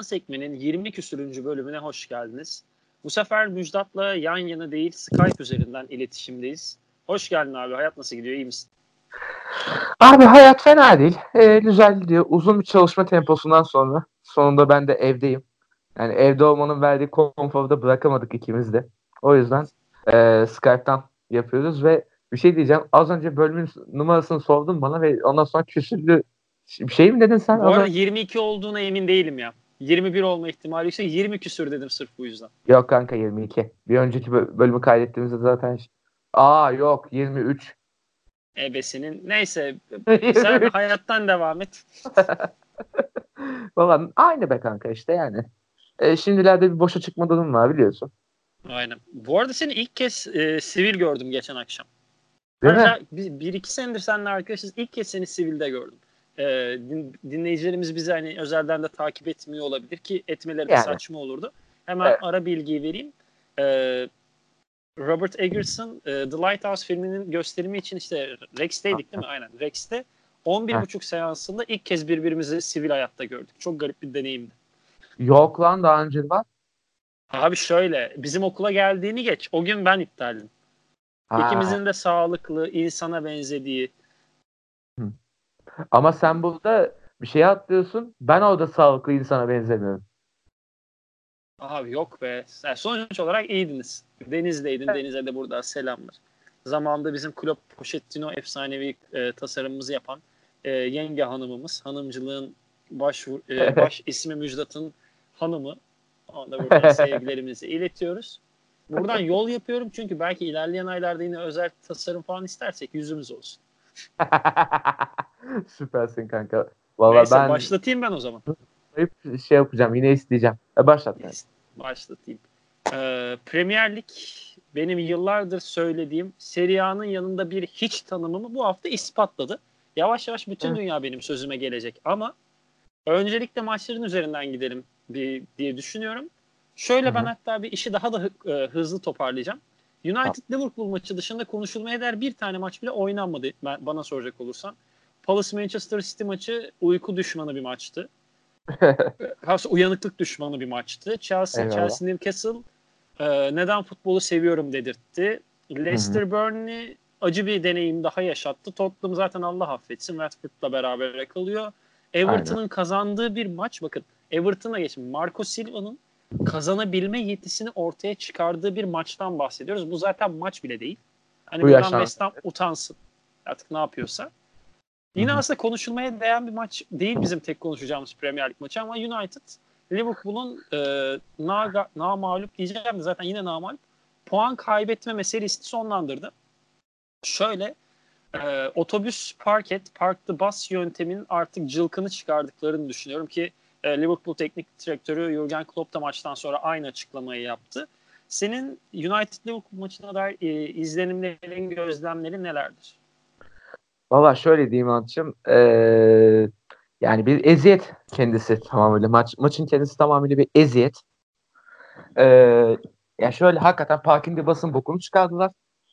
Sekme'nin 20 küsürüncü bölümüne hoş geldiniz. Bu sefer Müjdat'la yan yana değil Skype üzerinden iletişimdeyiz. Hoş geldin abi. Hayat nasıl gidiyor? İyi misin? Abi hayat fena değil. Güzel gidiyor. Uzun bir çalışma temposundan sonra sonunda ben de evdeyim. Yani evde olmanın verdiği konforu da bırakamadık ikimiz de. O yüzden Skype'tan yapıyoruz ve bir şey diyeceğim. Az önce bölümün numarasını sordun bana ve ondan sonra küsürlü bir şey mi dedin sen? Bu arada 22 olduğuna emin değilim ya. 21 olma ihtimali ise 20 küsür dedim sırf bu yüzden. Yok kanka 22. Bir önceki bölümü kaydettiğimizde zaten yok 23. Ebesinin. Neyse sen hayattan devam et. Valla aynı be kanka işte yani. Şimdilerde bir boşa çıkma durum var biliyorsun. Aynen. Bu arada seni ilk kez sivil gördüm geçen akşam. Değil mi? Hala bir iki senedir seninle arkadaşız. İlk kez seni sivilde gördüm. Dinleyicilerimiz bizi hani özelden de takip etmiyor olabilir ki etmeleri de Yani. saçma olurdu. Hemen ara bilgiyi vereyim. Robert Eggers''ın The Lighthouse filminin gösterimi için işte Rex'teydik değil mi? Aynen. Rex'te 11.30 seansında ilk kez birbirimizi sivil hayatta gördük. Çok garip bir deneyimdi. Yok lan daha önce var. Abi şöyle bizim okula geldiğini geç. O gün ben iptaldim. İkimizin de sağlıklı, insana benzediği. Ama sen burada bir şey atlıyorsun. Ben orada sağlıklı insana benzemiyorum. Abi yok be. Yani sonuç olarak iyiydiniz. Deniz'deydin. Evet. Deniz'e de burada selamlar. Zamanında bizim Club Pochettino efsanevi tasarımımızı yapan yenge hanımımız. Hanımcılığın baş ismi Müjdat'ın hanımı. Ona da buradan sevgilerimizi iletiyoruz. Buradan yol yapıyorum çünkü belki ilerleyen aylarda yine özel tasarım falan istersek yüzümüz olsun. Süpersin kanka. Vallahi Neyse başlatayım ben o zaman. Şey yapacağım yine isteyeceğim. Başlat. Yani. Başlatayım. Premier Lig benim yıllardır söylediğim Serie A'nın yanında bir hiç tanımımı bu hafta ispatladı. Yavaş yavaş bütün dünya benim sözüme gelecek ama öncelikle maçların üzerinden gidelim diye düşünüyorum. Şöyle ben hatta bir işi daha da hızlı toparlayacağım. United-Liverpool maçı dışında konuşulmaya değer bir tane maç bile oynanmadı bana soracak olursan. Palace-Manchester City maçı uyku düşmanı bir maçtı. Uyanıklık düşmanı bir maçtı. Chelsea Newcastle neden futbolu seviyorum dedirtti. Leicester Burnley acı bir deneyim daha yaşattı. Tottenham zaten Allah affetsin Watford'la beraber kalıyor. Everton'ın kazandığı bir maç, bakın Everton'a geçin. Marco Silva'nın kazanabilme yetisini ortaya çıkardığı bir maçtan bahsediyoruz. Bu zaten maç bile değil. Hani buradan West Ham utansın. Artık ne yapıyorsa. Yine aslında konuşulmaya değen bir maç değil bizim tek konuşacağımız Premier Lig maçı ama United Liverpool'un namağlup diyeceğim de zaten yine namağlup puan kaybetme meselesini sonlandırdı. Şöyle otobüs park the bus yönteminin artık cılkını çıkardıklarını düşünüyorum ki Liverpool teknik direktörü Jurgen Klopp da maçtan sonra aynı açıklamayı yaptı. Senin United Liverpool maçına dair izlenimlerin, gözlemlerin nelerdir? Valla şöyle diyeyim Ant'cığım. Yani bir eziyet kendisi tamamıyla. Maçın kendisi tamamıyla bir eziyet. Yani şöyle hakikaten Park'in basın bokunu çıkardılar.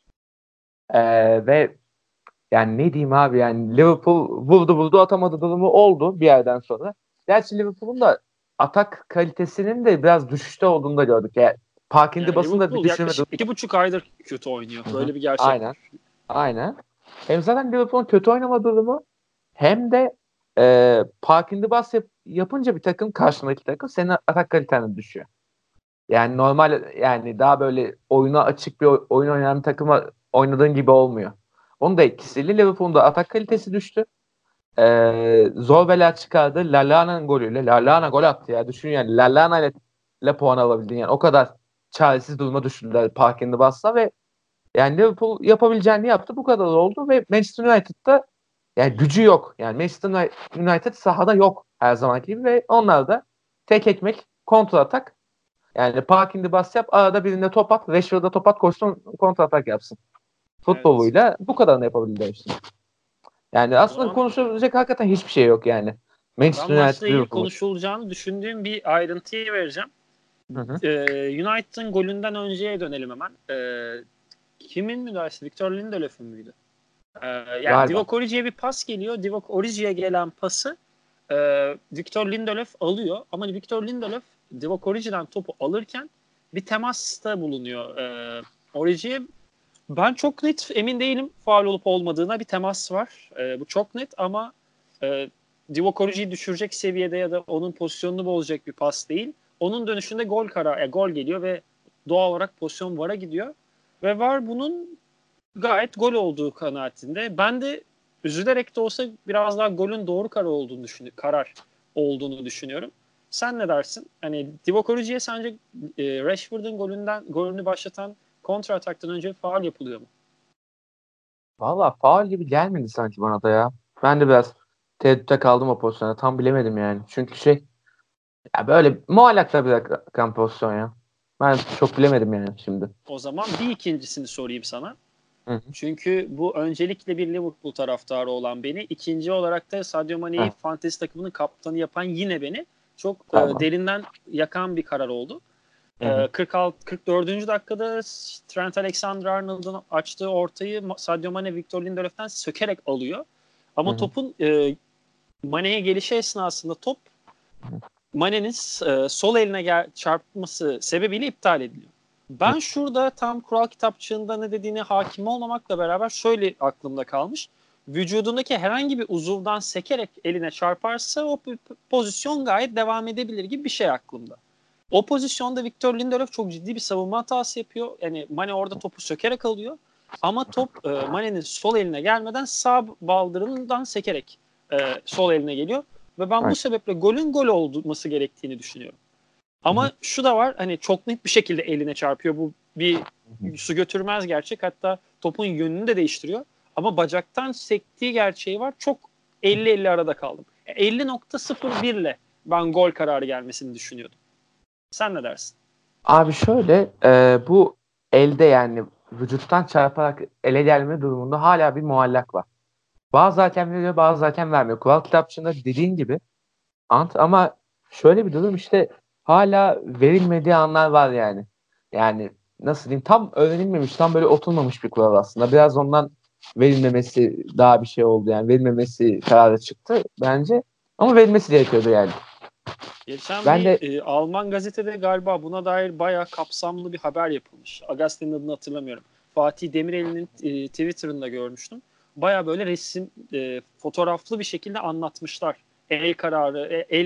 Ve yani ne diyeyim abi yani Liverpool vurdu atamadı durumu oldu bir yerden sonra. Gerçi Liverpool'un da atak kalitesinin de biraz düşüşte olduğunu da gördük. Yani Park'in basın da bir düşürme durumu. 2,5 aydır kötü oynuyor. Böyle bir gerçek. Aynen. Hem zaten Liverpool'un kötü oynama durumu hem de Park'in bas yapınca bir takım karşındaki takım senin atak kaliteni düşüyor. Yani normal yani daha böyle oyuna açık bir oyun oynayan takıma oynadığın gibi olmuyor. Onun da etkisiyle Liverpool'un da atak kalitesi düştü. Zor bela çıkardı. Lallana'nın golüyle. Lallana gol attı ya. Düşün yani. Lallana ile puan alabildin. Yani o kadar çaresiz duruma düşürdüler Park in the Bus'la ve yani Liverpool yapabileceğini yaptı. Bu kadar oldu ve Manchester United'da yani gücü yok. Yani Manchester United sahada yok her zamanki gibi ve onlar da tek ekmek kontra atak. Yani Park in the Bus yap. Arada birinde top at. Rashford'a top at. Koşsun kontra atak yapsın. Futboluyla bu kadarını yapabildiler işte. Yani aslında konuşulabilecek hakikaten hiçbir şey yok yani. Manchester United maçla ilgili konuşulacağını düşündüğüm bir ayrıntıyı vereceğim. United'ın golünden önceye dönelim hemen. Kimin müdahalesi? Victor Lindelöf'ün müydü? Yani Divock Origic'e bir pas geliyor. Divock Origic'e gelen pası Victor Lindelöf alıyor ama Victor Lindelöf Divock Origi'den topu alırken bir temasta bulunuyor Origi'ye. Ben çok net emin değilim faul olup olmadığına. Bir temas var. Bu çok net ama Divock Origi'yi düşürecek seviyede ya da onun pozisyonunu bozacak bir pas değil. Onun dönüşünde gol geliyor ve doğal olarak pozisyon VAR'a gidiyor. Ve VAR bunun gayet gol olduğu kanaatinde. Ben de üzülerek de olsa biraz daha golün doğru karar olduğunu düşünüyorum. Sen ne dersin? Hani Divock Origi'ye sence Rashford'un golünü başlatan kontra ataktan önce faul yapılıyor mu? Valla faul gibi gelmedi sanki bana da ya. Ben de biraz tereddütte kaldım o pozisyona. Tam bilemedim yani. Çünkü ya böyle muallakta bırakan pozisyon ya. Ben çok bilemedim yani şimdi. O zaman bir ikincisini sorayım sana. Hı hı. Çünkü bu öncelikle bir Liverpool taraftarı olan beni, ikinci olarak da Sadio Mane'yi Heh, fantezi takımının kaptanı yapan yine beni çok tamam. derinden yakan bir karar oldu. Hı hı. 44. dakikada Trent Alexander-Arnold'un açtığı ortayı Sadio Mane Victor Lindelöf'ten sökerek alıyor. Hı Ama hı. topun Mane'ye gelişi esnasında top Mane'nin sol eline çarpması sebebiyle iptal ediliyor. Ben şurada tam kural kitapçığında ne dediğine hakim olmamakla beraber şöyle aklımda kalmış. Vücudundaki herhangi bir uzuvdan sekerek eline çarparsa o pozisyon gayet devam edebilir gibi bir şey aklımda. O pozisyonda Victor Lindelöf çok ciddi bir savunma hatası yapıyor. Yani Mane orada topu sökerek alıyor. Ama top Mane'nin sol eline gelmeden sağ baldırından sekerek sol eline geliyor. Ve ben bu Aynen. sebeple golün gol olması gerektiğini düşünüyorum. Ama şu da var, hani çok net bir şekilde eline çarpıyor. Bu bir su götürmez gerçek. Hatta topun yönünü de değiştiriyor. Ama bacaktan sektiği gerçeği var. Çok 50-50 arada kaldım. 50.01 ile ben gol kararı gelmesini düşünüyordum. Sen ne dersin? Abi şöyle bu elde yani vücuttan çarparak ele gelme durumunda hala bir muallak var. Bazı hakem veriyor, bazı hakem vermiyor. Kural kitapçığında dediğin gibi ama şöyle bir durum işte hala verilmediği anlar var yani. Yani nasıl diyeyim tam öğrenilmemiş, tam böyle oturmamış bir kural aslında. Biraz ondan verilmemesi daha bir şey oldu yani. Verilmemesi kararı çıktı bence. Ama verilmesi gerekiyordu yani. Geçen Ben bir de Alman gazetede galiba buna dair bayağı kapsamlı bir haber yapılmış. Gazetenin adını hatırlamıyorum. Fatih Demirel'in Twitter'ında görmüştüm. Bayağı böyle fotoğraflı bir şekilde anlatmışlar. El kararı,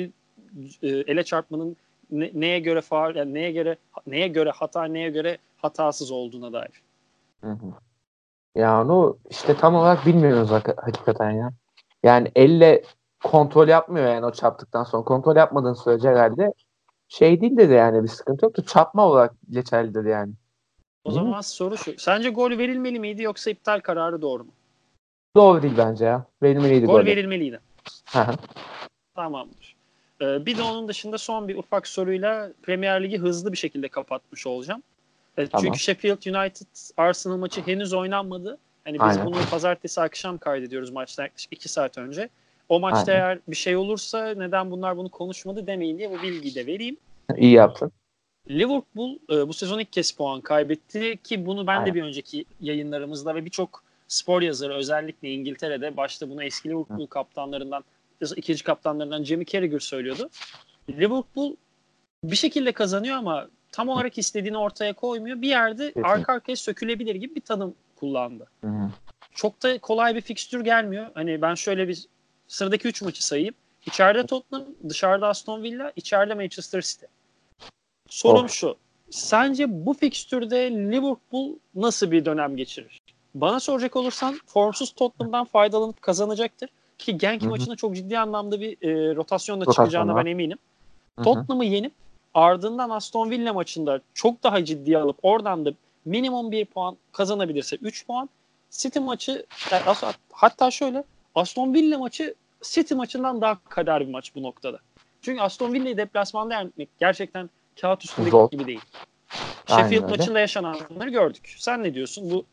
ele çarpmanın neye göre faul, yani neye göre hata, neye göre hatasız olduğuna dair. hı hı. Ya onu işte tam olarak bilmiyoruz hakikaten ya. Yani elle kontrol yapmıyor yani o çarptıktan sonra. Kontrol yapmadığın sürece herhalde şey değil dedi yani bir sıkıntı yoktu. Çarpma olarak geçerlidir yani. O Değil mi? zaman soru şu. Sence gol verilmeli miydi yoksa iptal kararı doğru mu? Doğru değil bence ya. Verilmeliydi Gol golü. verilmeliydi. Hı hı. Tamamdır. Bir de onun dışında son bir ufak soruyla Premier Ligi hızlı bir şekilde kapatmış olacağım. Çünkü Tamam. Sheffield United Arsenal maçı henüz oynanmadı. Hani biz Aynen. bunu pazartesi akşam kaydediyoruz maçtan yaklaşık 2 saat önce. O maçta Aynen. eğer bir şey olursa neden bunlar bunu konuşmadı demeyin diye bu bilgiyi de vereyim. İyi yaptın. Liverpool bu sezon ilk kez puan kaybetti ki bunu ben de Aynen. bir önceki yayınlarımızda ve birçok spor yazarı özellikle İngiltere'de başta bunu eski Hı. Liverpool kaptanlarından, ikinci kaptanlarından Jamie Carragher söylüyordu. Liverpool bir şekilde kazanıyor ama tam olarak istediğini ortaya koymuyor. Bir yerde Kesin. arka arkaya sökülebilir gibi bir tanım kullandı. Hı hı. Çok da kolay bir fikstür gelmiyor. Hani ben şöyle bir sıradaki 3 maçı sayayım. İçeride Tottenham, dışarıda Aston Villa, içeride Manchester City. Sorum Of. şu. Sence bu fikstürde Liverpool nasıl bir dönem geçirir? Bana soracak olursan formsuz Tottenham'dan faydalanıp kazanacaktır. Ki Genk Hı hı. maçında çok ciddi anlamda bir rotasyonla Rotasyon çıkacağına ben var. eminim. Hı hı. Tottenham'ı yenip ardından Aston Villa maçında çok daha ciddiye alıp oradan da minimum 1 puan kazanabilirse 3 puan. City maçı hatta şöyle Aston Villa maçı City maçından daha kader bir maç bu noktada. Çünkü Aston Villa'yı deplasmanda yenmek gerçekten kağıt üstündeki Zor. gibi değil. Aynen Sheffield öyle. maçında yaşananları gördük. Sen ne diyorsun? Bu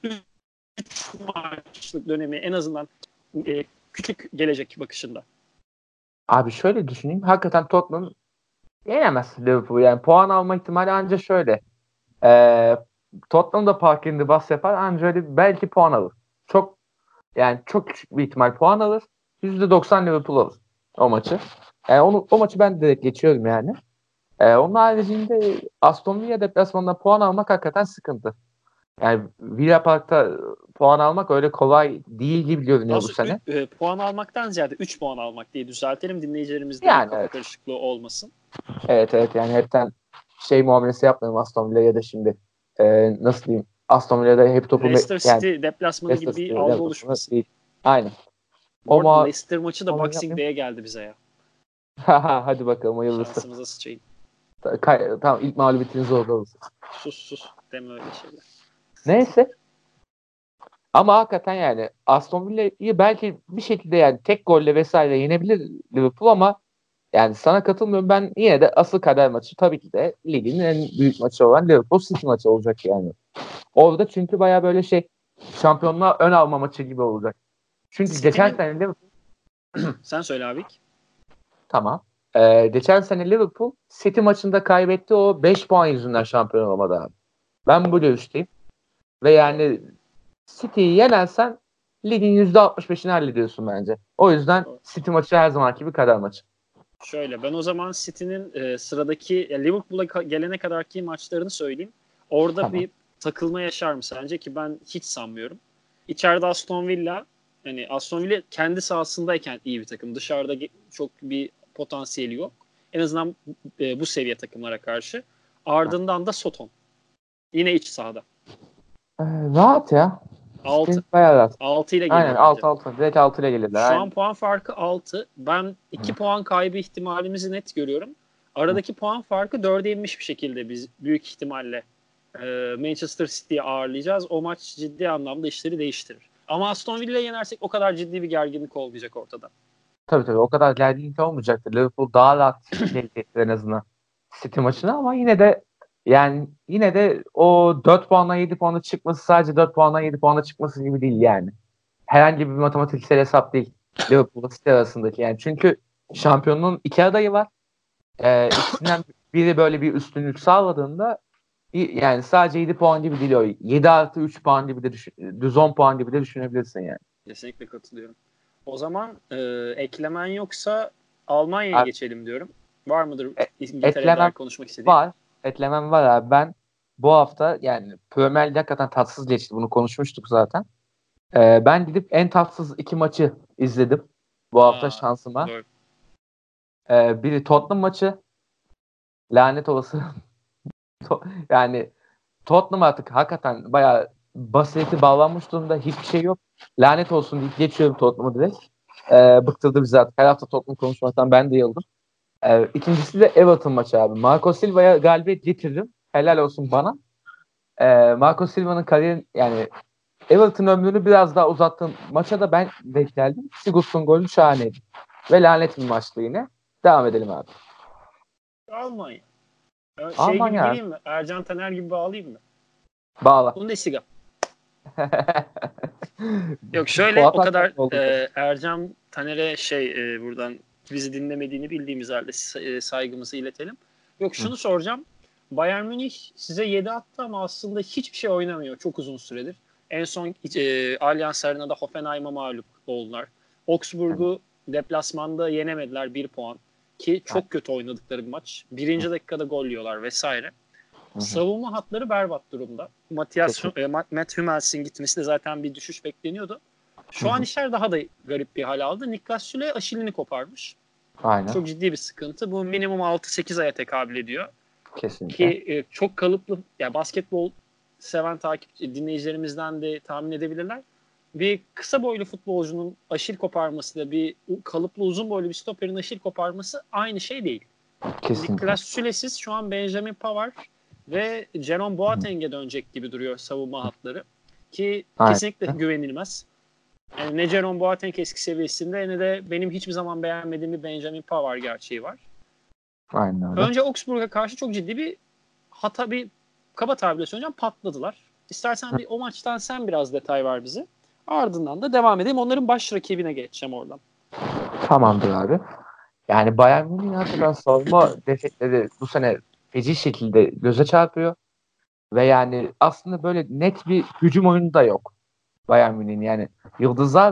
3 maçlık dönemi en azından küçük gelecek bakışında. Abi şöyle düşüneyim. Hakikaten Tottenham yenemez Liverpool. Yani puan alma ihtimali anca şöyle. Ee, Tottenham da park indi bas yapar. Anca öyle belki puan alır. Çok yani çok küçük bir ihtimal puan alır. %90 Liverpool alır o maçı. O maçı ben direkt geçiyorum yani. Onun haricinde Aston Villa deplasmanında puan almak hakikaten sıkıntı. Yani Villa Park'ta puan almak öyle kolay değil gibi görünüyor bu sene. Puan almaktan ziyade 3 puan almak diye düzeltelim. Dinleyicilerimizde Yani bir kafa evet. karışıklığı olmasın. Evet yani hepten muamelesi yapmayalım Aston Villa'ya da şimdi. Nasıl diyeyim? Aston Villa'da hep topu Leicester yani City deplasmanı Leicester gibi bir City algı Liverpool'u oluşmasın. değil. Aynen. Bu arada Leicester maçı da Boxing Day'e geldi bize ya. Hadi bakalım hayırlısı. Şansımıza sıçayım. Tamam ilk mağlubiyetiniz oldu. Sus. Deme öyle şeyler. Neyse. Ama hakikaten yani Aston Villa'yı belki bir şekilde yani tek golle vesaire yenebilir Liverpool ama yani sana katılmıyorum. Ben yine de asıl kader maçı tabii ki de ligin en büyük maçı olan Liverpool City maçı olacak yani. Orada çünkü baya böyle şampiyonluğa ön alma maçı gibi olacak. Çünkü geçen sene Liverpool Sen söyle abi. tamam. Geçen sene Liverpool City maçında kaybetti o 5 puan yüzünden şampiyon olamadı abi. Ben bu görüşteyim. Ve yani City'yi yenersen ligin %65'ini hallediyorsun bence. O yüzden City maçı her zamanki bir kader maçı. Şöyle ben o zaman City'nin sıradaki Liverpool'a gelene kadarki maçlarını söyleyeyim. Orada bir takılma yaşar mı sence ki ben hiç sanmıyorum. İçeride Aston Villa yani Aston Villa kendi sahasındayken iyi bir takım. Dışarıda çok bir potansiyeli yok. En azından bu seviye takımlara karşı. Ardından da Soton. Yine iç sahada. Rahat ya. 6. Bayağı rahat. 6 ile Aynen geliyor bence. 6. Direkt 6 ile gelirler. Şu Aynen. an puan farkı 6. Ben 2 puan kaybı ihtimalimizi net görüyorum. Aradaki puan farkı 4'e inmiş bir şekilde biz büyük ihtimalle Manchester City'yi ağırlayacağız. O maç ciddi anlamda işleri değiştirir. Ama Aston Villa'yı yenersek o kadar ciddi bir gerginlik olmayacak ortada. Tabii o kadar gerginlik olmayacaktır. Liverpool daha rahat gelecektir en azından City maçına ama yine de o 4 puanla 7 puana çıkması sadece 4 puanla 7 puana çıkması gibi değil yani. Herhangi bir matematiksel hesap değil. Liverpool'la City arasındaki yani. Çünkü şampiyonluğun 2 adayı var. İkisinden biri böyle bir üstünlük sağladığında yani sadece 7 puan gibi değil o. 7 artı 3 puan gibi de düz 10 puan gibi de düşünebilirsin yani. Kesinlikle katılıyorum. O zaman eklemen yoksa Almanya'ya geçelim diyorum. Var mıdır İngiltere'ye dair konuşmak istediğin? Var. Eklemem var abi. Ben bu hafta yani Premier Lig hakikaten tatsız geçti. Bunu konuşmuştuk zaten. Ben gidip en tatsız 2 maçı izledim. Bu hafta şansıma. Doğru. Biri Tottenham maçı. Lanet olası. Yani Tottenham artık hakikaten bayağı basireti bağlanmış durumda. Hiçbir şey yok. Lanet olsun deyip geçiyorum Tottenham'ı direkt. Bıktırdı bizi artık. Her hafta Tottenham konuşmaktan ben de yıldım. İkincisi de Everton maçı abi. Marco Silva'ya galibiyet getirdim. Helal olsun bana. Marco Silva'nın kariyerin yani Everton ömrünü biraz daha uzattığım maça da ben denk geldim. Sigurdsson'un golü şahaneydi. Ve lanet bir maçtı yine. Devam edelim abi. Almanya. Almanya. Gibi gireyim mi? Ercan Taner gibi bağlayayım mı? Bağla. Bundesliga. Yok şöyle o kadar Ercan Taner'e buradan bizi dinlemediğini bildiğimiz halde saygımızı iletelim. Yok şunu soracağım. Bayern Münih size 7 attı ama aslında hiçbir şey oynamıyor çok uzun süredir. En son Allianz Arena'da Hoffenheim'a mağlup oldular. Augsburg'u deplasmanda yenemediler 1 puan. Ki çok kötü oynadıkları bir maç. 1. dakikada gol yiyorlar vesaire. Savunma hatları berbat durumda. Matt Hummels'in gitmesi de zaten bir düşüş bekleniyordu. Şu an işler daha da garip bir hal aldı. Niklas Süle Aşil'ini koparmış. Aynen. Çok ciddi bir sıkıntı. Bu minimum 6-8 aya tekabül ediyor. Kesinlikle. Ki çok kalıplı, ya basketbol seven dinleyicilerimizden de tahmin edebilirler. Bir kısa boylu futbolcunun Aşil koparması da bir kalıplı uzun boylu bir stoperin Aşil koparması aynı şey değil. Kesinlikle. Niklas Süle'siz şu an Benjamin Pavard ve Jerome Boateng'e dönecek gibi duruyor savunma hatları. Ki kesinlikle güvenilmez. Yani ne Jerome Boateng eski seviyesinde ne de benim hiçbir zaman beğenmediğim bir Benjamin Pavard gerçeği var. Aynen öyle. Önce Augsburg'a karşı çok ciddi bir kaba tabirle söyleyeceğim patladılar. İstersen o maçtan sen biraz detay ver bize. Ardından da devam edeyim. Onların baş rakibine geçeceğim oradan. Tamamdır abi. Yani Bayern Münih'in hakikaten savunma defekleri bu sene feci şekilde göze çarpıyor. Ve yani aslında böyle net bir hücum oyunu da yok Bayern Münih'in. Yani yıldızlar var.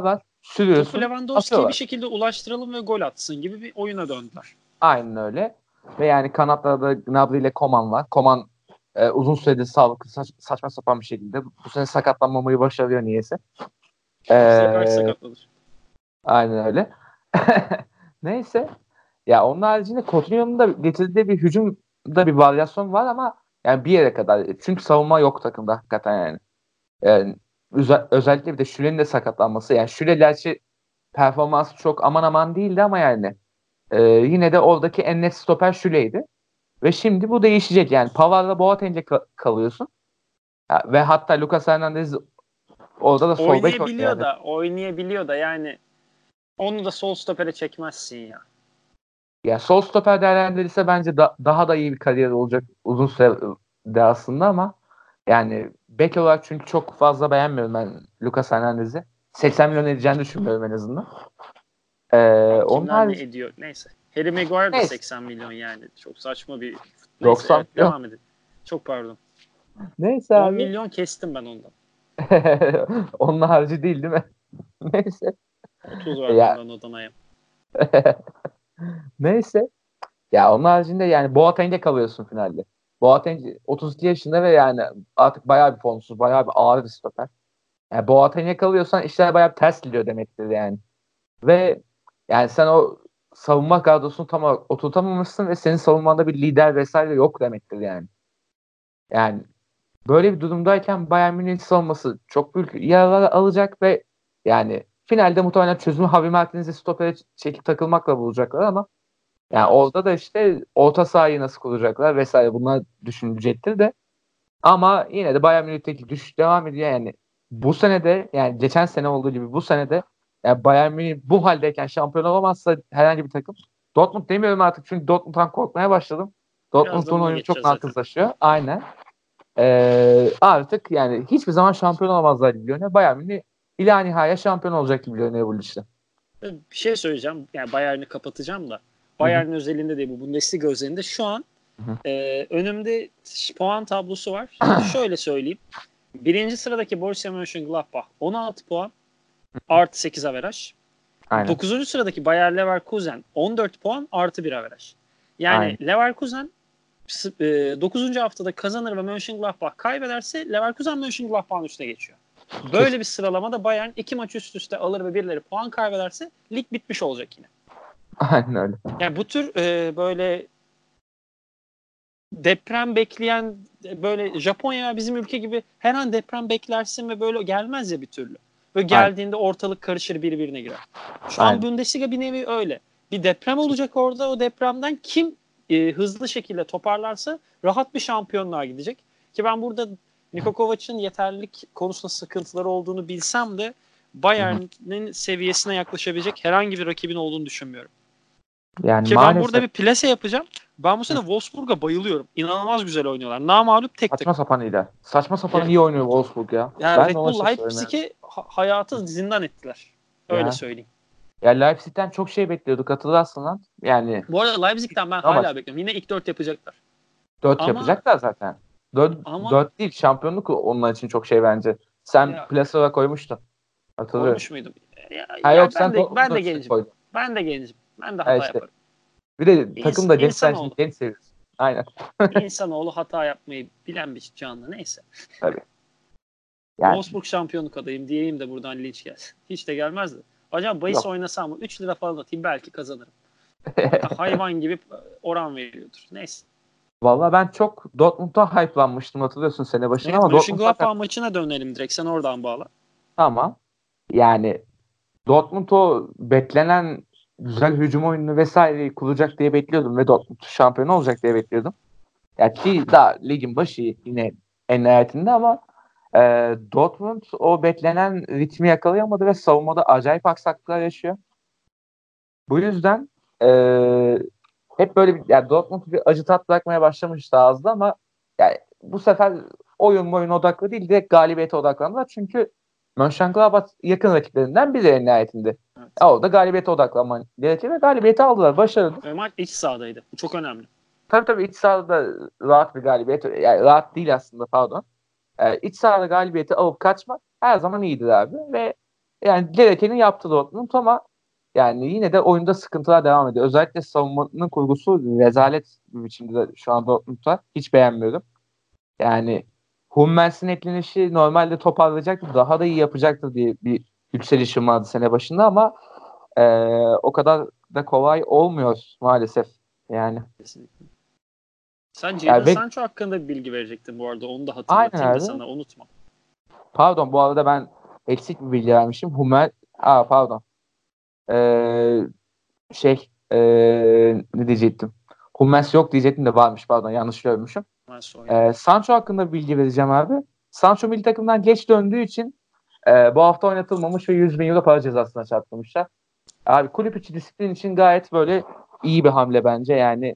sürüyorsun. Topu Lewandowski'ye bir şekilde ulaştıralım ve gol atsın gibi bir oyuna döndüler. Aynen öyle. Ve yani kanatlarda Gnabry ile Coman var. Coman uzun süredir sağlıklı saçma sapan bir şekilde. Bu sene sakatlanmamayı başarıyor niyeyse. Bize karşı sakatlanır. Aynen öyle. Neyse. Ya onun haricinde Coutinho'nun da getirdiği bir hücumda bir varyasyon var ama yani bir yere kadar. Çünkü savunma yok takımda hakikaten yani. Yani özellikle bir de Şüle'nin de sakatlanması. Yani Şüle gerçi performansı çok aman aman değildi ama yani yine de oradaki en net stoper Şüle'ydi. Ve şimdi bu değişecek. Yani Pavar'la Boateng'e kalıyorsun. Ya, ve hatta Lucas Hernandez orada da sol bek oynuyor yani. Oynayabiliyor da yani onu da sol stopere çekmezsin ya. Ya sol stoper değerlendirirse bence daha da iyi bir kariyer olacak uzun sürede aslında ama yani bek olarak çünkü çok fazla beğenmiyorum ben Lucas Hernandez'i. 80 milyon edeceğini düşünmüyorum en azından. Onun Kimler ne harici ediyor neyse. Harry Maguire da neyse 80 milyon yani. Çok saçma bir... Neyse 90 evet milyon. devam edin. Çok pardon. Neyse 10 abi. milyon kestim ben ondan. Onun harici değil mi? Neyse. 30 verdim Ya ben Odana'ya. neyse. Ya onun haricinde yani Boateng'e kalıyorsun finalde. Boateng 32 yaşında ve yani artık bayağı bir formsuz, bayağı bir ağır bir stoper. Yani Boateng'e kalıyorsan işler bayağı bir ters gidiyor demektir yani. Ve yani sen o savunma kadrosunu tam olarak oturtamamışsın ve senin savunmanda bir lider vesaire yok demektir yani. Yani böyle bir durumdayken Bayern Münih savunması çok büyük yaralar alacak ve yani finalde muhtemelen çözümü Javi Martinez'i stopere çekip takılmakla bulacaklar ama yani Evet. orada da işte orta sahayı nasıl kuracaklar vesaire bunlar düşünülecektir de. Ama yine de Bayern Münih'teki düşüş devam ediyor yani. Bu sene de yani geçen sene olduğu gibi bu sene de yani Bayern Münih bu haldeyken şampiyon olamazsa herhangi bir takım Dortmund demiyorum artık çünkü Dortmund'dan korkmaya başladım. Birazdan Dortmund'un ona oyunu çok geçeceğiz zaten. nakızlaşıyor. Aynen. Artık yani hiçbir zaman şampiyon olamazlar gibi görünüyor. Bayern Münih ila nihaya şampiyon olacak gibi görünüyor bu işte. Bir şey söyleyeceğim. Yani Bayern'i kapatacağım da. Hı hı. Bayern özelinde değil bu Bundesliga özelinde. Şu an Hı hı. önümde puan tablosu var. Şöyle söyleyeyim. Birinci sıradaki Borussia Mönchengladbach 16 puan artı 8 averaj. Aynen. 9. sıradaki Bayer Leverkusen 14 puan artı 1 averaj. Yani Aynen. Leverkusen 9. haftada kazanır ve Mönchengladbach kaybederse Leverkusen Mönchengladbach'ın üstüne geçiyor. Kesin. Böyle bir sıralamada Bayern 2 maç üst üste alır ve birileri puan kaybederse lig bitmiş olacak yine. Aynen öyle. Yani bu tür böyle deprem bekleyen böyle Japonya bizim ülke gibi her an deprem beklersin ve böyle gelmez ya bir türlü. Böyle Aynen. geldiğinde ortalık karışır birbirine girer. Şu an Aynen. Bundesliga bir nevi öyle. Bir deprem olacak orada o depremden kim hızlı şekilde toparlarsa rahat bir şampiyonluğa gidecek. Ki ben burada Niko Kovac'ın yeterlilik konusunda sıkıntıları olduğunu bilsem de Bayern'in seviyesine yaklaşabilecek herhangi bir rakibin olduğunu düşünmüyorum. Yani Ki ben burada maalesef bir plase yapacağım. Ben bu sene Wolfsburg'a bayılıyorum. İnanılmaz güzel oynuyorlar. Namağlup tek saçma takım. sapan iyiler. Saçma sapan Ya, iyi oynuyor Wolfsburg ya. ya Ben de Red ona Bull şaşırıyorum yani. Leipzig'e hayatı zindan ettiler. Öyle Ya, söyleyeyim. ya Leipzig'ten çok şey bekliyorduk hatırlarsın lan. Yani Bu arada Leipzig'ten ben amaç hala bekliyorum. Yine ilk 4 yapacaklar. 4 Ama yapacaklar zaten. 4, ama 4 değil şampiyonluk onlar için çok şey bence. Sen ya plasera koymuştun. Hatırlıyorum. koymuş muydum? Ha Ya yok sen ben Dortmund'un de üstüne gencim. koydun. Ben de gencim. Ben de Ha hata işte. yaparım. Bir de takım da genç sen şimdi İnsanoğlu. genç seviyorsun. Aynen. İnsanoğlu hata yapmayı bilen bir canlı. Neyse. Tabii. Yani Wolfsburg şampiyonluk adayım diyeyim de buradan linç gelsin. Hiç de gelmezdi. Acaba bahis yok. oynasam mı? 3 lira falan atayım belki kazanırım. Zaten hayvan gibi oran veriyordur. Neyse. Vallahi ben çok Dortmund'a hype'lanmıştım hatırlıyorsun sene başında Evet ama Dortmund zaten Mönchengladbach maçına dönelim direkt. Sen oradan bağla. tamam. Yani Dortmund o beklenen güzel hücum oyununu vesaireyi kuracak diye bekliyordum ve Dortmund şampiyon olacak diye bekliyordum. Yani ki daha ligin başı yine en nihayetinde ama e, Dortmund o beklenen ritmi yakalayamadı ve savunmada acayip aksaklıklar yaşıyor. Bu yüzden e, hep böyle bir yani Dortmund bir acı tat bırakmaya başlamıştı ağızda ama yani bu sefer oyun odaklı değil direkt galibiyete odaklandılar. Çünkü Mönchengladbach yakın rakiplerinden biri en nihayetinde. Evet. Ya orada galibiyete odaklanman gerekiyor ve galibiyeti aldılar. Başarılı. Maç iç sahadaydı. Bu çok önemli. Tabii iç sahada rahat bir galibiyet. Yani rahat değil aslında pardon. İç sahada galibiyeti alıp kaçmak her zaman iyidir abi ve Yani gerekeni yaptı Dortmund ama yani yine de oyunda sıkıntılar devam ediyor. Özellikle savunmanın kurgusu rezalet bir biçimde şu an Dortmund'da. Hiç beğenmiyorum. Yani Hummels'in eklenişi normalde toparlayacaktı. Daha da iyi yapacaktır diye bir yükselişim vardı sene başında ama o kadar da kolay olmuyor maalesef. Yani. Kesinlikle. Sen Yani Jadon Sancho hakkında bir bilgi verecektin bu arada. Onu da aynen hatırlatayım da abi. sana, unutma. Pardon, bu arada ben eksik bir bilgi vermişim. Pardon. Ee, ne diyecektim? Hummels yok diyecektim de varmış, pardon, yanlış görmüşüm. Sancho hakkında bir bilgi vereceğim abi. Sancho milli takımdan geç döndüğü için bu hafta oynatılmamış ve 100 bin euro para cezasına çarptırmışlar. Abi kulüp içi disiplin için gayet böyle iyi bir hamle bence. Yani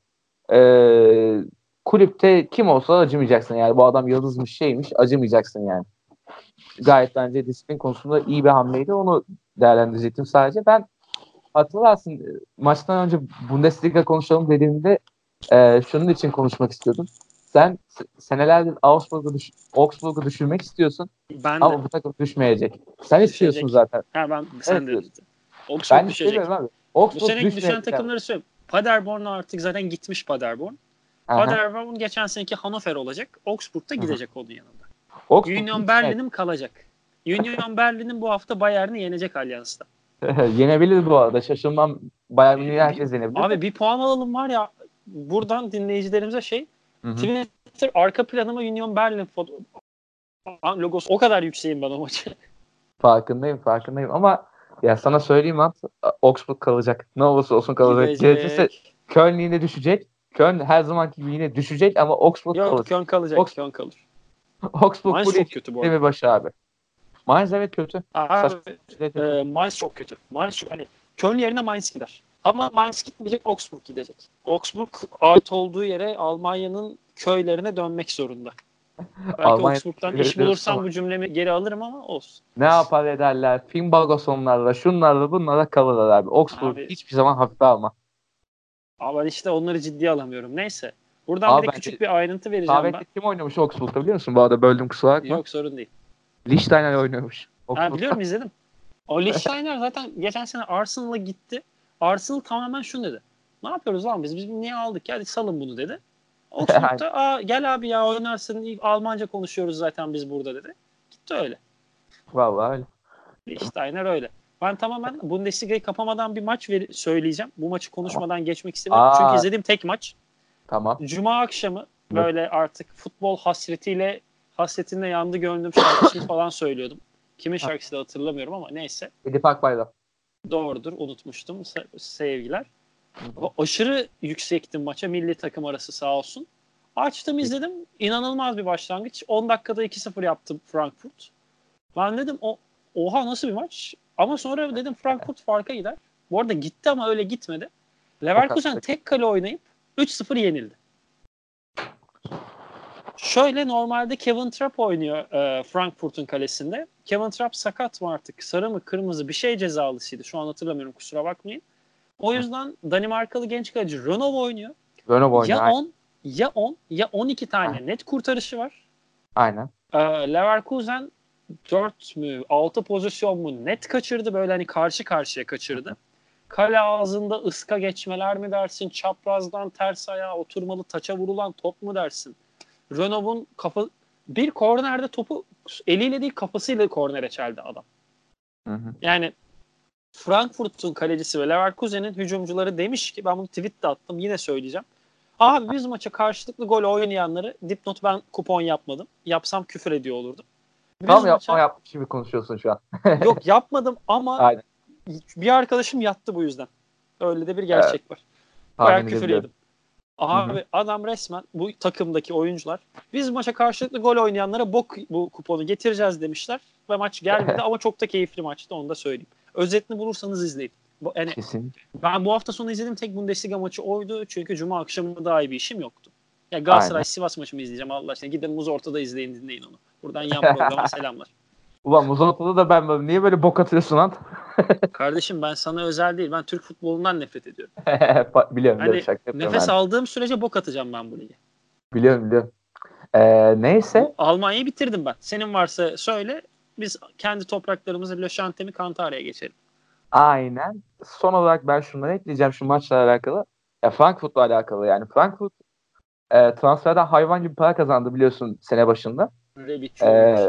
kulüpte kim olsa acımayacaksın. Yani bu adam yıldızmış şeymiş, acımayacaksın yani. Gayet bence disiplin konusunda iyi bir hamleydi. Onu değerlendirecektim sadece. Ben hatırlarsın maçtan önce Bundesliga konuşalım dediğimde şunun için konuşmak istiyordum. Sen senelerdir Augsburg'u düşürmek istiyorsun Ben de ama bu takım düşmeyecek. Sen istiyorsun düşecek. zaten. Sen de Evet. dedin. Augsburg Ben düşecek. istemiyorum abi. Bu Augsburg seneki düşen düşmeyecek abi. takımları söyleyeyim. Paderborn artık zaten gitmiş Paderborn. Aha. Paderborn geçen seneki Hannover olacak. Augsburg da gidecek onun yanında. Augsburg Union Berlin'im kalacak. Union Berlin'in bu hafta Bayern'i yenecek Allianz'da. Yenebilir bu arada. Şaşırmam. Bayern Münih'i herkes yenebilir. Abi bir puan alalım var ya, buradan dinleyicilerimize Hı-hı. Twitter arka planıma Union Berlin logosu, o kadar yükseğim ben o maçı. Farkındayım ama ya sana söyleyeyim lan, Augsburg kalacak. Ne olursa olsun kalacak. Gerekirse Köln yine düşecek. Köln her zamanki gibi yine düşecek ama Augsburg kalacak. Yok, Köln kalacak. Köln kalır. Augsburg Mainz çok kötü bu arada. Demir başı abi. Mainz evet kötü. Mainz çok kötü. Mainz hani Köln yerine Mainz gider. Ama Mainz gitmeyecek, Augsburg gidecek. Augsburg ait olduğu yere, Almanya'nın köylerine dönmek zorunda. Belki Augsburg'dan iş bulursam bu cümlemi geri alırım ama olsun. Ne yapar ederler? Finbagasonlarla, şunlarla bunlarla kalırlar abi. Augsburg hiçbir zaman hafife alma. Ama işte onları ciddiye alamıyorum. Neyse. Buradan bir de küçük bir ayrıntı vereceğim ben. Kim oynamış Augsburg'da biliyor musun? Bu arada böldüm, kusura bakma. Yok, sorun değil. Lichtsteiner oynuyormuş. Biliyorum, izledim. O Lichtsteiner zaten geçen sene Arsenal'a gitti. Arsenal tamamen şunu dedi. Ne yapıyoruz lan biz? Biz niye aldık? Hadi salın bunu dedi. Augsburg'da gel abi ya oynarsın. Almanca konuşuyoruz zaten biz burada dedi. Gitti öyle. Vallahi öyle. Lichtsteiner öyle. Ben tamamen Bundesliga'yı kapamadan bir maç söyleyeceğim. Bu maçı konuşmadan geçmek istemiyorum. Çünkü izlediğim tek maç. Tamam. Cuma akşamı böyle artık futbol hasretinde yandı gönlüm şarkısını falan söylüyordum. Kimin şarkısı da hatırlamıyorum ama neyse. Edip Akbay'da. Doğrudur, unutmuştum. Sevgiler. Aşırı yüksektim maça. Milli takım arası sağ olsun. Açtım, izledim. İnanılmaz bir başlangıç. 10 dakikada 2-0 yaptı Frankfurt. Ben dedim oha nasıl bir maç? Ama sonra dedim Frankfurt farka gider. Bu arada gitti ama öyle gitmedi. Leverkusen tek kale oynayıp 3-0 yenildi. Şöyle, normalde Kevin Trapp oynuyor Frankfurt'un kalesinde. Kevin Trapp sakat mı artık? Sarı mı kırmızı bir şey cezalısıydı. Şu an hatırlamıyorum, kusura bakmayın. O yüzden Danimarkalı genç kaleci Rönov oynuyor. Ya 10 ya 12 tane net kurtarışı var. Aynen. Leverkusen 4 mü 6 pozisyon mu net kaçırdı, böyle hani karşı karşıya kaçırdı. Kale ağzında ıska geçmeler mi dersin? Çaprazdan ters ayağa oturmalı taça vurulan top mu dersin? Rönov'un bir kornerde topu eliyle değil kafasıyla kornere çeldi adam. Hı. Yani Frankfurt'un kalecisi ve Leverkusen'in hücumcuları demiş ki, ben bunu tweet'te attım yine söyleyeceğim. Abi biz maça karşılıklı gol oynayanları, dipnot, ben kupon yapmadım. Yapsam küfür ediyor olurdum. Yapmış gibi konuşuyorsun şu an. Yok, yapmadım ama aynen. Bir arkadaşım yattı bu yüzden. Öyle de bir gerçek var. Bayağı küfür yedim. Abi adam resmen, bu takımdaki oyuncular, biz maça karşılıklı gol oynayanlara bu kuponu getireceğiz demişler ve maç gelmedi ama çok da keyifli maçtı, onu da söyleyeyim. Özetini bulursanız izleyin. Yani ben bu hafta sonu izlediğim tek Bundesliga maçı oydu çünkü Cuma akşamı daha iyi bir işim yoktu. Ya Galatasaray Sivas maçımı izleyeceğim Allah aşkına. Gidin Muz Orta'da izleyin, dinleyin onu. Buradan yan programa selamlar. Ulan Muz Orta'da da ben niye böyle bok atıyorsun lan? Kardeşim ben sana özel değil. Ben Türk futbolundan nefret ediyorum. Biliyorum. Hani nefes aldığım sürece bok atacağım ben bu lige. Biliyorum. Neyse. Almanya'yı bitirdim ben. Senin varsa söyle. biz kendi topraklarımızı Le Chantemi Cantare'ye geçelim. Aynen. Son olarak ben şunları ekleyeceğim şu maçla alakalı. Frankfurt'la alakalı yani. Frankfurt transferden hayvan gibi para kazandı biliyorsun sene başında. Rebic,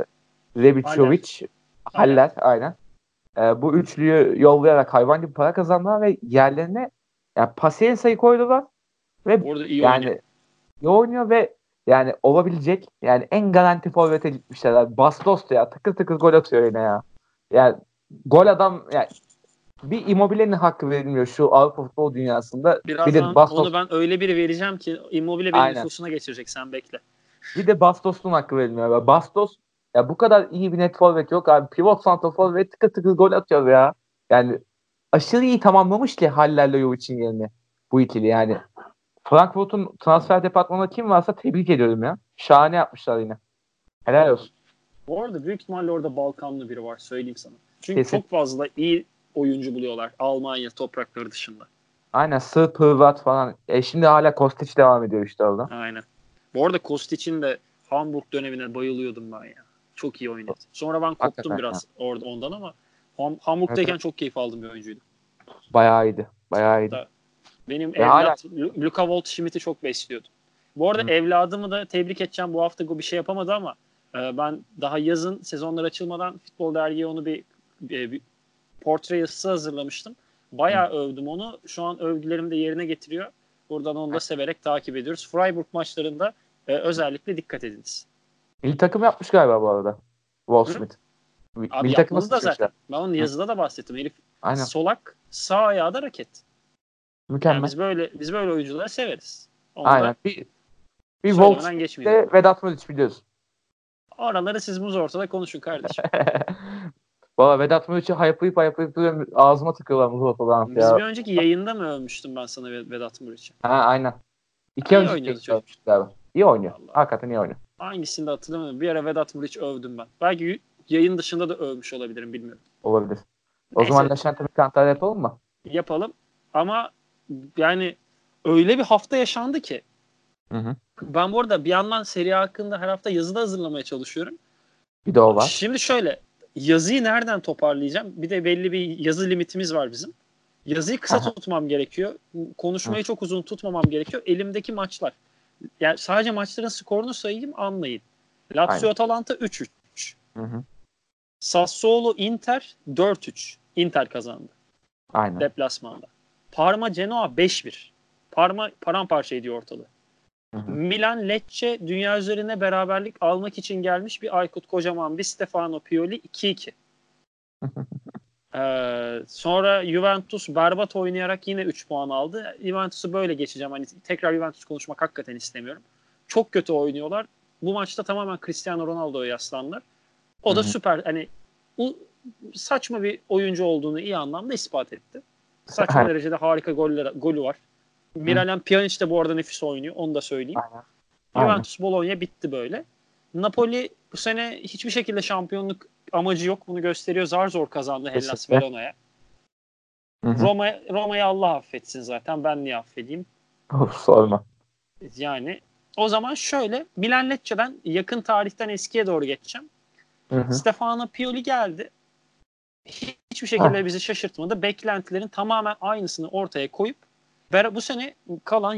Rebic, Haller aynen. Bu üçlüyü yollayarak hayvan gibi para kazandılar ve yerlerine yani Pacience'yi koydular ve orada iyi yani oynuyor. iyi oynuyor ve yani olabilecek yani en garanti forvete gitmişler. Bastos ya tıkır tıkır gol atıyor yine ya. Yani gol adam yani bir Immobile'nin hakkı verilmiyor şu Avrupa futbol dünyasında. Bir de Birazdan Bastos onu ben öyle biri vereceğim ki Immobile benim aynen. nüfusuna geçirecek, sen bekle. Bir de Bastos'un hakkı verilmiyor. Bastos ya bu kadar iyi bir net forvet yok abi. Pivot santrafor ve tıkır tıkır gol atıyor ya. Yani aşırı iyi tamamlamış ki Haller'le Jovic'in yerine bu ikili yani. Frankfurt'un transfer departmanında kim varsa tebrik ediyorum ya. Şahane yapmışlar yine. Helal olsun. Bu arada büyük ihtimalle orada Balkanlı biri var, söyleyeyim sana. Çünkü Kesin. çok fazla iyi oyuncu buluyorlar Almanya toprakları dışında. Aynen Sırp, Hırvat falan. Şimdi hala Kostić devam ediyor işte orada. Aynen. Bu arada Kostic'in de Hamburg dönemine bayılıyordum ben ya. Çok iyi oynadı. Sonra ben koptum Hakikaten biraz ya. orada ondan ama Hamburg'dayken Evet. çok keyif aldığım bir oyuncuydu. Bayağı iyiydi. Bayağı iyiydi. Benim Ve hala evlat Luka Waldschmidt'i çok besliyordu. Bu arada evladımı da tebrik edeceğim. Bu hafta bir şey yapamadı ama ben daha yazın sezonlar açılmadan Futbol Dergi'ye onu bir portre yazısı hazırlamıştım. Bayağı övdüm onu. Şu an övgülerimi de yerine getiriyor. Buradan onu da severek takip ediyoruz. Freiburg maçlarında özellikle dikkat ediniz. milli takım yapmış galiba bu arada. Waldschmidt. Abi Milli takıma yapmalı da sıçmışlar. zaten. Ben onun yazıda da bahsettim. Herif Aynen. solak, sağ ayağı da raket. Mükemmel. Yani biz böyle oyuncuları severiz. Onu Aynen. da Bir söylemeden Waldschmidt geçmeyeceğim. de Vedat Muriç biliyorsun. Oraları siz muz ortada konuşun kardeşim. Valla Vedat Muriç'i hayıflayıp duruyorum. Ağzıma tıkıyorlar muz ortadan Biz ya. bir önceki yayında mı övmüştüm ben sana Vedat Muriç'i? Ha aynen. İki İyi önceki oynuyordu çocuk. galiba. İyi oynuyor. Vallahi. Hakikaten iyi oynuyor. Hangisini de hatırlamıyorum. Bir ara Vedat Muriç övdüm ben. Belki yayın dışında da övmüş olabilirim, bilmiyorum. Olabilir. O zaman Neyse, Leşente bir kantar yapalım mı? yapalım. Ama yani öyle bir hafta yaşandı ki. Hı. Ben bu arada bir yandan seri hakkında her hafta yazıda hazırlamaya çalışıyorum. Bir de o var. Şimdi şöyle, yazıyı nereden toparlayacağım? Bir de belli bir yazı limitimiz var bizim. Yazıyı kısa tutmam gerekiyor. Konuşmayı çok uzun tutmamam gerekiyor. Elimdeki maçlar. Yani sadece maçların skorunu sayayım, anlayın. Lazio Atalanta 3-3. Sassuolo Inter 4-3. Inter kazandı. Aynen. Deplasmanda. Parma Genoa 5-1. Parma paramparça ediyor ortalığı. Milan Lecce dünya üzerine beraberlik almak için gelmiş bir Aykut Kocaman, bir Stefano Pioli 2-2. Sonra Juventus berbat oynayarak yine 3 puan aldı. Juventus'u böyle geçeceğim. Hani tekrar Juventus konuşmak hakikaten istemiyorum. Çok kötü oynuyorlar. Bu maçta tamamen Cristiano Ronaldo'ya yaslandılar. O da süper. Hani saçma bir oyuncu olduğunu iyi anlamda ispat etti. Saçma derecede harika golü var. Miralem Pjanic de bu arada nefis oynuyor. Onu da söyleyeyim. Juventus Bologna bitti böyle. Napoli bu sene hiçbir şekilde şampiyonluk amacı yok. Bunu gösteriyor. Zar zor kazandı Hellas Verona'ya. Roma'yı Allah affetsin zaten. Ben niye affedeyim? Sorma. Yani o zaman şöyle, Milan Lecce'den yakın tarihten eskiye doğru geçeceğim. Stefano Pioli geldi. Hiçbir şekilde bizi şaşırtmadı. Beklentilerin tamamen aynısını ortaya koyup bu sene kalan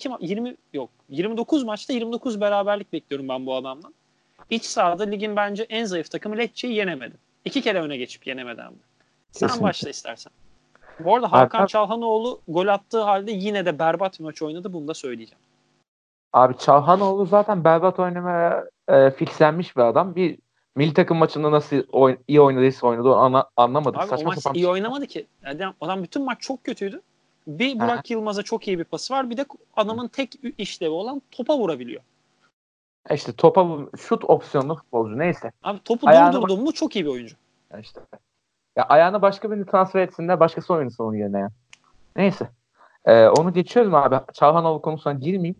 29 maçta 29 beraberlik bekliyorum ben bu adamdan. İç sahada ligin bence en zayıf takımı Lecce'yi yenemedi. 2 kere öne geçip yenemedi ama. Sen başla istersen. Bu arada Hakan Çalhanoğlu gol attığı halde yine de berbat bir maç oynadı. Bunu da söyleyeceğim. Abi Çalhanoğlu zaten berbat oynamaya fixlenmiş bir adam. Bir milli takım maçında nasıl iyi oynadıysa oynadı onu anlamadık. Abi Saçma o maç iyi oynamadı ki. Adam bütün maç çok kötüydü. Bir Burak Yılmaz'a çok iyi bir pası var. Bir de adamın tek işlevi olan topa vurabiliyor. İşte topa şut opsiyonlu futbolcu neyse. Abi topu durdurdun mu çok iyi bir oyuncu. İşte. Ya ayağını başka birini transfer etsinler, başkası oynasın onun yerine ya. Neyse. Onu geçiyoruz mu abi? Çalhanoğlu konusuna girmeyeyim.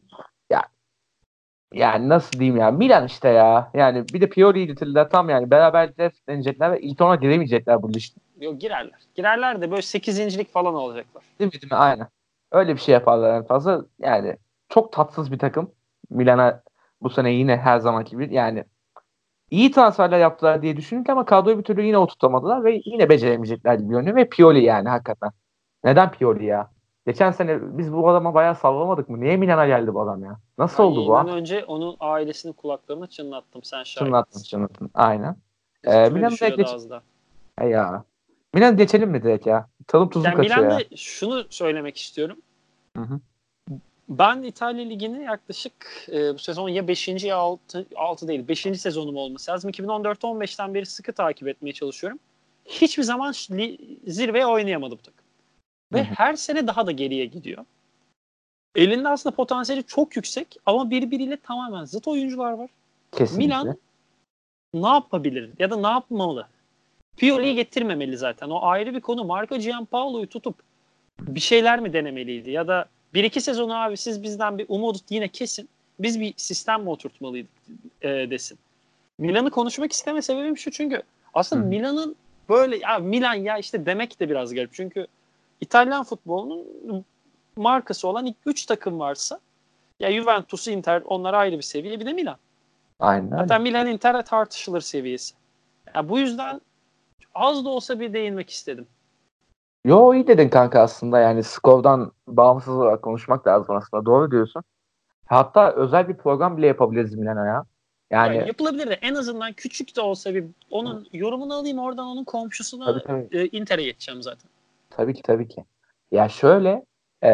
Yani nasıl diyeyim ya? Milan işte ya. Yani bir de Pioli'yi getirdiler tam yani. Beraberlikler deneyecekler ve ilk ona giremeyecekler bu liste. Yok, girerler. Girerler de böyle 8.'lik falan olacaklar. Değil mi? Aynen. Öyle bir şey yaparlar en fazla. Yani çok tatsız bir takım. Milan'a bu sene yine her zamanki gibi. Yani iyi transferler yaptılar diye düşündük ama kadroyu bir türlü yine oturtamadılar ve yine beceremeyecekler gibi görünüyor ve Pioli yani hakikaten. Neden Pioli ya? Geçen sene biz bu adama bayağı sallamadık mı? Niye Milan'a geldi bu adam ya? Nasıl Ben oldu bu yayından ha? önce onun ailesinin kulaklarını çınlattım. Sen Şınlattın şahitsin. şınlattın. Aynen. Küme Milan'ı direkt düşürüyordu geç... az da. Ya. Milan'ı geçelim mi direkt ya? Tadım tuzum Yani kaçıyor ya. Milan'da şunu söylemek istiyorum. Hı hı. Ben İtalya Ligi'ni yaklaşık bu sezon ya 5. ya 6 değil 5. sezonum olması lazım. 2014-15'ten beri sıkı takip etmeye çalışıyorum. Hiçbir zaman zirveye oynayamadı bu takım. Hı Ve hı. her sene daha da geriye gidiyor. Elinde aslında potansiyeli çok yüksek ama birbiriyle tamamen zıt oyuncular var. Kesinlikle. Milan ne yapabilir ya da ne yapmalı? Pioli'yi getirmemeli zaten. O ayrı bir konu. Marco Giampaolo'yu tutup bir şeyler mi denemeliydi? Ya da bir iki sezon abi siz bizden bir umut yine kesin. Biz bir sistem mi oturtmalıydık desin. Milan'ı konuşmak isteme sebebim şu çünkü aslında Hı hı. Milan'ın böyle ya Milan ya işte demek de biraz garip. Çünkü İtalyan futbolunun markası olan ilk 3 takım varsa ya Juventus, Inter onlar ayrı bir seviye bir de Milan. Aynen Hatta öyle. Milan Inter tartışılır seviyesi. Ya bu yüzden az da olsa bir değinmek istedim. Yo iyi dedin kanka aslında yani skordan bağımsız olarak konuşmak lazım aslında. Doğru diyorsun. Hatta özel bir program bile yapabiliriz Milan'a ya. Ya Yani yapılabilir de en azından küçük de olsa bir onun yorumunu alayım oradan onun tabii komşusuna tabii. Inter'e geçeceğim zaten. Tabii ki tabii ki. Ya şöyle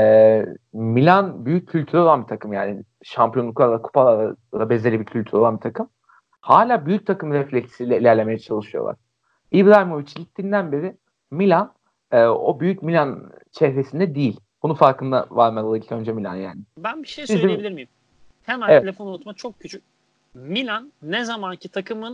Milan büyük kültürü olan bir takım yani. Şampiyonluklarla, kupalarla bezeli bir kültürü olan bir takım. Hala büyük takım refleksiyle ilerlemeye çalışıyorlar. İbrahimovic gittiğinden beri Milan o büyük Milan çehresinde değil. Bunun farkında varmalı ilk önce Milan yani. Ben bir şey Bizim söyleyebilir miyim? Hemen evet lafını unutma çok küçük. Milan ne zamanki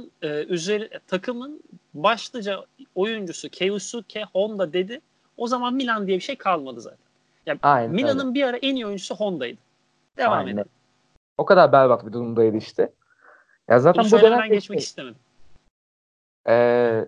takımın başlıca oyuncusu Keisuke Honda dedi. O zaman Milan diye bir şey kalmadı zaten. Ya aynen öyle. Milan'ın bir ara en iyi oyuncusu Honda'ydı. Devam Aynen öyle. edelim. O kadar berbat bir durumdaydı işte. Ya Bunu zaten bu söylemeden dönemde geçmek istemedim. e,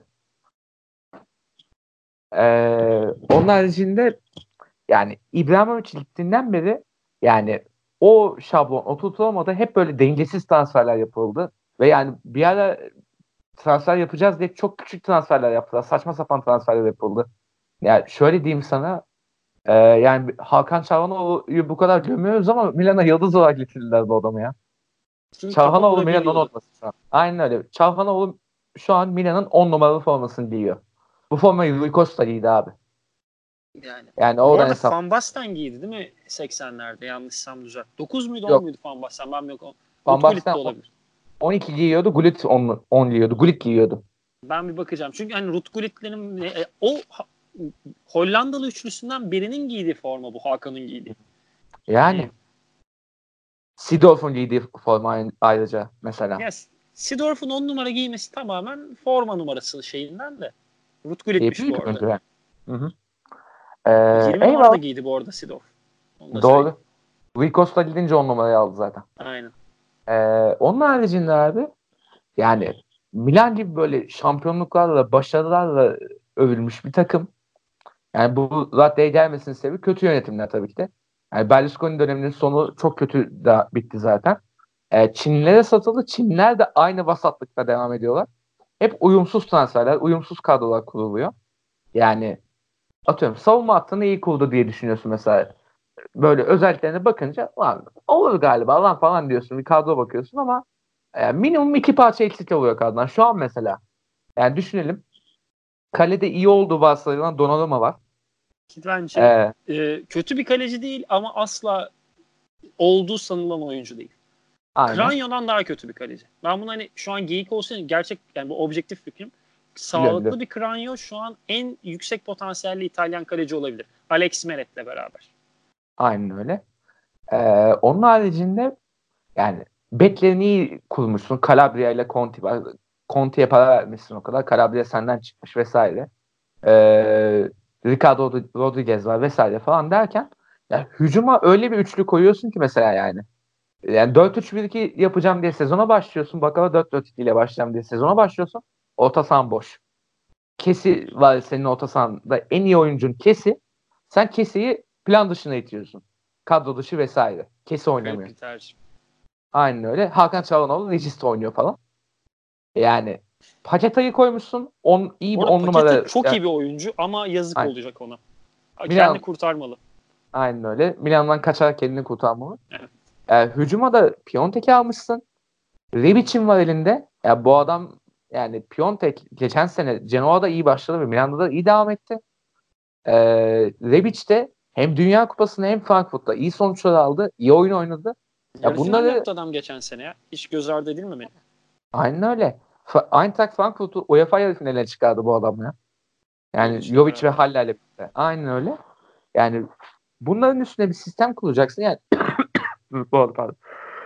onun haricinde yani İbrahimovic gittiğinden beri yani o şablon oturtulamadı. Hep böyle dengesiz transferler yapıldı. Ve yani bir ara transfer yapacağız diye çok küçük transferler yaptılar. Saçma sapan transferler yapıldı. Yani şöyle diyeyim sana yani Hakan Çalhanoğlu'yu bu kadar gömüyoruz ama Milan'a yıldız olarak getirdiler bu adamı ya. Çünkü kafa Çalhanoğlu Milan'ın 10 kurabiliyordu. olması şu an. Aynen öyle. Çalhanoğlu şu an Milan'ın 10 numaralı formasını giyiyor. Bu formayı Rui Costa giydi abi. Yani. Yani Bu oradan arada hesap. Van Basten giydi değil mi 80'lerde yanlışsam düzelt. 9 muydu 10 Yok. muydu Van Basten ben yok. Van Utgullit Basten de olabilir. 12 giyiyordu. Gullit 10 giyiyordu. Gullit giyiyordu. Ben bir bakacağım. Çünkü hani Rutgullit'lerin Hollandalı üçlüsünden birinin giydiği forma bu Hakan'ın giydiği. Yani Hani Seedorf'un giydiği forma ayrıca mesela. yes, Seedorf'un 10 numara giymesi tamamen forma numarası şeyinden de. Rutgullit'miş bu Büyük arada. oyuncu yani. Hı hı. 20 numara da Eyvallah. giydi bu arada Seedorf. Onu da söyleyeyim. Doğru. Rui Costa gidince 10 numarayı aldı zaten. Aynen. Onun haricinde abi yani Milan gibi böyle şampiyonluklarla, başarılarla övülmüş bir takım. Yani bu raddeye gelmesinin sebebi kötü yönetimler tabii ki de. Yani Berlusconi döneminin sonu çok kötü da bitti zaten. Çinlilere satıldı. Çinliler de aynı vasatlıkta devam ediyorlar. Hep uyumsuz transferler, uyumsuz kadrolar kuruluyor. Yani atıyorum savunma hattını iyi kurdu diye düşünüyorsun mesela. Böyle özelliklerine bakınca lan olur galiba lan falan diyorsun. Bir kadro bakıyorsun ama minimum iki parça eksik oluyor kadrodan. Şu an mesela yani düşünelim. Kalede iyi olduğu varsayılan Donnarumma var. Bence E, kötü bir kaleci değil ama asla olduğu sanılan oyuncu değil. aynen. Kranyo'dan daha kötü bir kaleci. Ben bunu hani şu an geyik olsa gerçek yani bu objektif fikrim. Biliyorum, biliyorum. Sağlıklı bir Kranyo şu an en yüksek potansiyelli İtalyan kaleci olabilir. Alex Meret beraber. Aynen öyle. Onun haricinde yani beklerini iyi kurmuşsun. Calabria ile Conte var. Conte'ye para vermişsin o kadar. Calabria senden çıkmış vesaire. Ricardo Rodriguez var vesaire falan derken ya hücuma öyle bir üçlü koyuyorsun ki mesela yani. Yani 4-3-1-2 yapacağım diye sezona başlıyorsun. Bakalım 4-4-2 ile başlayacağım diye sezona başlıyorsun. Orta sahan boş. Kesi var senin orta sahanda. En iyi oyuncun Kesi. Sen Kesi'yi plan dışına itiyorsun. Kadro dışı vesaire. Kesi Garip oynamıyor. bir tercih. Aynen öyle. Hakan Çalhanoğlu Regista oynuyor falan. Yani Paqueta'yı koymuşsun. İyi bir Orada 10 numara. Paqueta çok Yani, iyi bir oyuncu ama yazık aynen. olacak ona. Kendini Milan kurtarmalı. aynen öyle. Milan'dan kaçarak kendini kurtarmalı. Evet. Hücuma da Piontek'i almışsın. Rebic'in var elinde. Ya bu adam yani Piontek geçen sene Genoa'da iyi başladı ve Milan'da da iyi devam etti. Rebic de hem Dünya Kupası'nda hem Frankfurt'ta iyi sonuçlar aldı. İyi oyun oynadı. Ya Yarı final bunları yaptı adam geçen sene ya. Hiç göz ardı edilmemeli. aynen öyle. Eintracht Frankfurt'u UEFA yarı finaline çıkardı bu adam ya. Yani Jovic'le Jovic ve beraber. Haller'le birlikte. Aynen öyle. Yani bunların üstüne bir sistem kuracaksın. Yani bu arada pardon.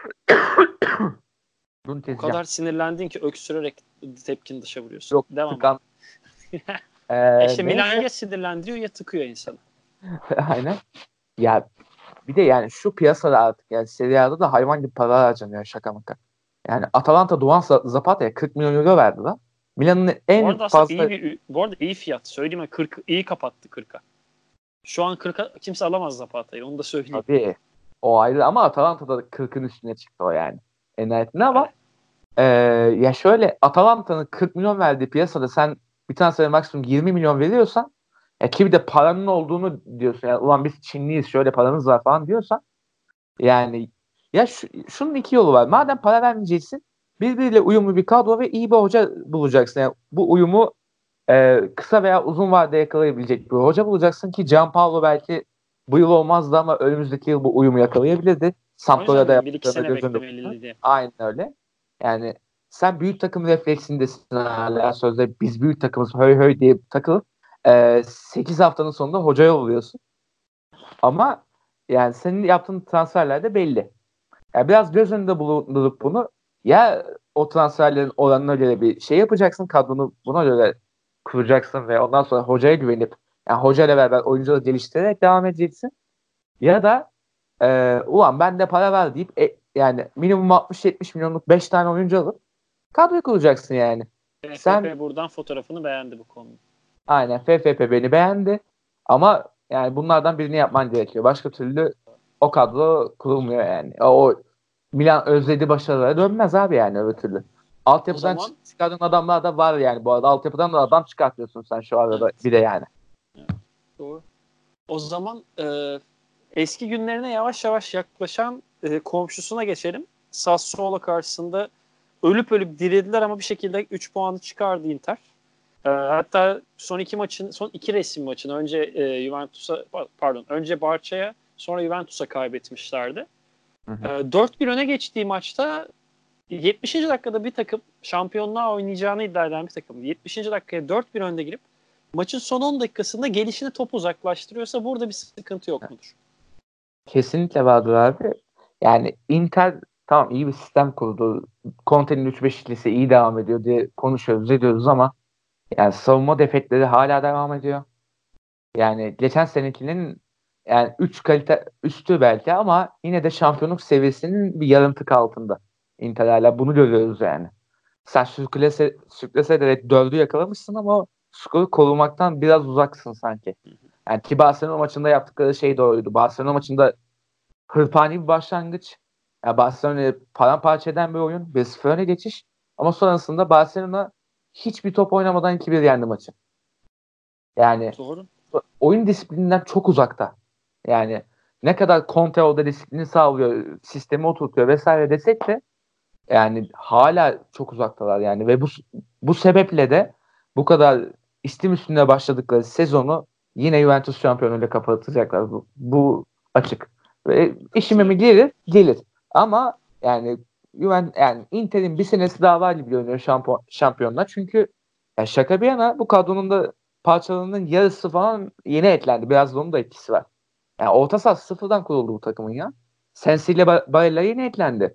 Bunu O keseceğim. kadar sinirlendin ki öksürerek tepkini dışa vuruyorsun. Yok Devam abi. tıkan. İşte Milan Neyse. ya sinirlendiriyor ya tıkıyor insanı. Aynen. Ya bir de yani şu piyasada artık yani Serie A'da da hayvan gibi para harcanıyor şaka maka. Yani Atalanta Duvan Zapata'ya 40 milyon euro verdi lan. Milan'ın Bu en arada aslında fazla bu arada iyi fiyat. Söyleyeyim mi? 40 iyi kapattı 40'a. Şu an 40'a kimse alamaz Zapata'yı. Onu da söyleyeyim. tabii o ayrı ama Atalanta'da da 40'ın üstüne çıktı o yani. En nihayetinde ama Evet. ya şöyle Atalanta'nın 40 milyon verdiği piyasada sen bir tane maksimum 20 milyon veriyorsan ki bir de paranın olduğunu diyorsun. Yani ulan biz Çinliyiz şöyle paramız var falan diyorsan yani ya şunun iki yolu var. Madem para vermeyeceksin birbiriyle uyumlu bir kadro ve iyi bir hoca bulacaksın. Yani bu uyumu kısa veya uzun vadede yakalayabilecek bir hoca bulacaksın ki Gianpaolo belki bu yıl olmazdı ama önümüzdeki yıl bu uyumu yakalayabilirdi. O yüzden Sampdoria'da dedim 1-2 yaptıklarına sene göz önünde bulundu. beklemeliydi diye. Aynen öyle. Yani sen büyük takım refleksindesin hala sözde biz büyük takımız höy höy diye takılıp 8 haftanın sonunda hocaya oluyorsun. Ama yani senin yaptığın transferler de belli. Yani biraz göz önünde bulundurup bunu ya o transferlerin oranına göre bir şey yapacaksın. Kadronu buna göre kuracaksın ve ondan sonra hocaya güvenip yani hocayla beraber oyuncuları geliştirerek devam edeceksin. Ya da ulan ben de para ver deyip yani minimum 60-70 milyonluk 5 tane oyuncu alıp kadroyu kuracaksın yani. Sen FFP buradan fotoğrafını beğendi bu konuda. aynen FFP beni beğendi ama yani bunlardan birini yapman gerekiyor. Başka türlü o kadro kurulmuyor yani. O Milan özlediği başarılara dönmez abi yani öbür türlü. O Altyapıdan zaman çıkardığın adamlar da var yani bu arada. Altyapıdan da adam çıkartıyorsun sen şu arada evet. bir de yani. Evet, doğru. O zaman eski günlerine yavaş yavaş yaklaşan komşusuna geçelim. Sassuolo karşısında ölüp ölüp dirildiler ama bir şekilde 3 puanı çıkardı Inter. Hatta son iki resim maçını önce önce Barça'ya sonra Juventus'a kaybetmişlerdi. Hı hı. 4-1 öne geçtiği maçta 70. dakikada bir takım şampiyonluğa oynayacağını iddia eden bir takım 70. dakikaya 4-1 önde girip maçın son 10 dakikasında gelişini top uzaklaştırıyorsa burada bir sıkıntı yok mudur? Kesinlikle vardır abi. Yani Inter tamam iyi bir sistem kurdu. Conte'nin 3-5 ikilisi iyi devam ediyor diye konuşuyoruz ediyoruz ama yani savunma defekleri hala devam ediyor. Yani geçen senekinin yani 3 kalite üstü belki ama yine de şampiyonluk seviyesinin bir yarım tık altında. Inter hala bunu görüyoruz yani. Sen sürklese ederek 4'ü yakalamışsın ama skoru korumaktan biraz uzaksın sanki. Yani ki Barcelona maçında yaptıkları şey doğruydu. Barcelona maçında hırpani bir başlangıç. Yani Barcelona'yı paramparça eden bir oyun. 1-0 öne geçiş. Ama sonrasında Barcelona hiçbir top oynamadan 2-1 yendi maçı. Yani Doğru. oyun disiplininden çok uzakta. Yani ne kadar Conte orada disiplini sağlıyor, sistemi oturtuyor vesaire desek de yani hala çok uzaktalar yani ve bu sebeple de bu kadar istim üstünde başladıkları sezonu yine Juventus şampiyonuyla kapatacaklar. Bu açık. Ve işime mi gelir? Gelir. Ama yani yani Inter'in bir senesi daha var gibi görünüyor şampiyonlar. Çünkü ya şaka bir yana bu kadronun da parçalarının yarısı falan yeni eklendi. Biraz da onun da etkisi var. Yani orta saha sıfırdan kuruldu bu takımın ya. Sensi ile Barella yeni eklendi.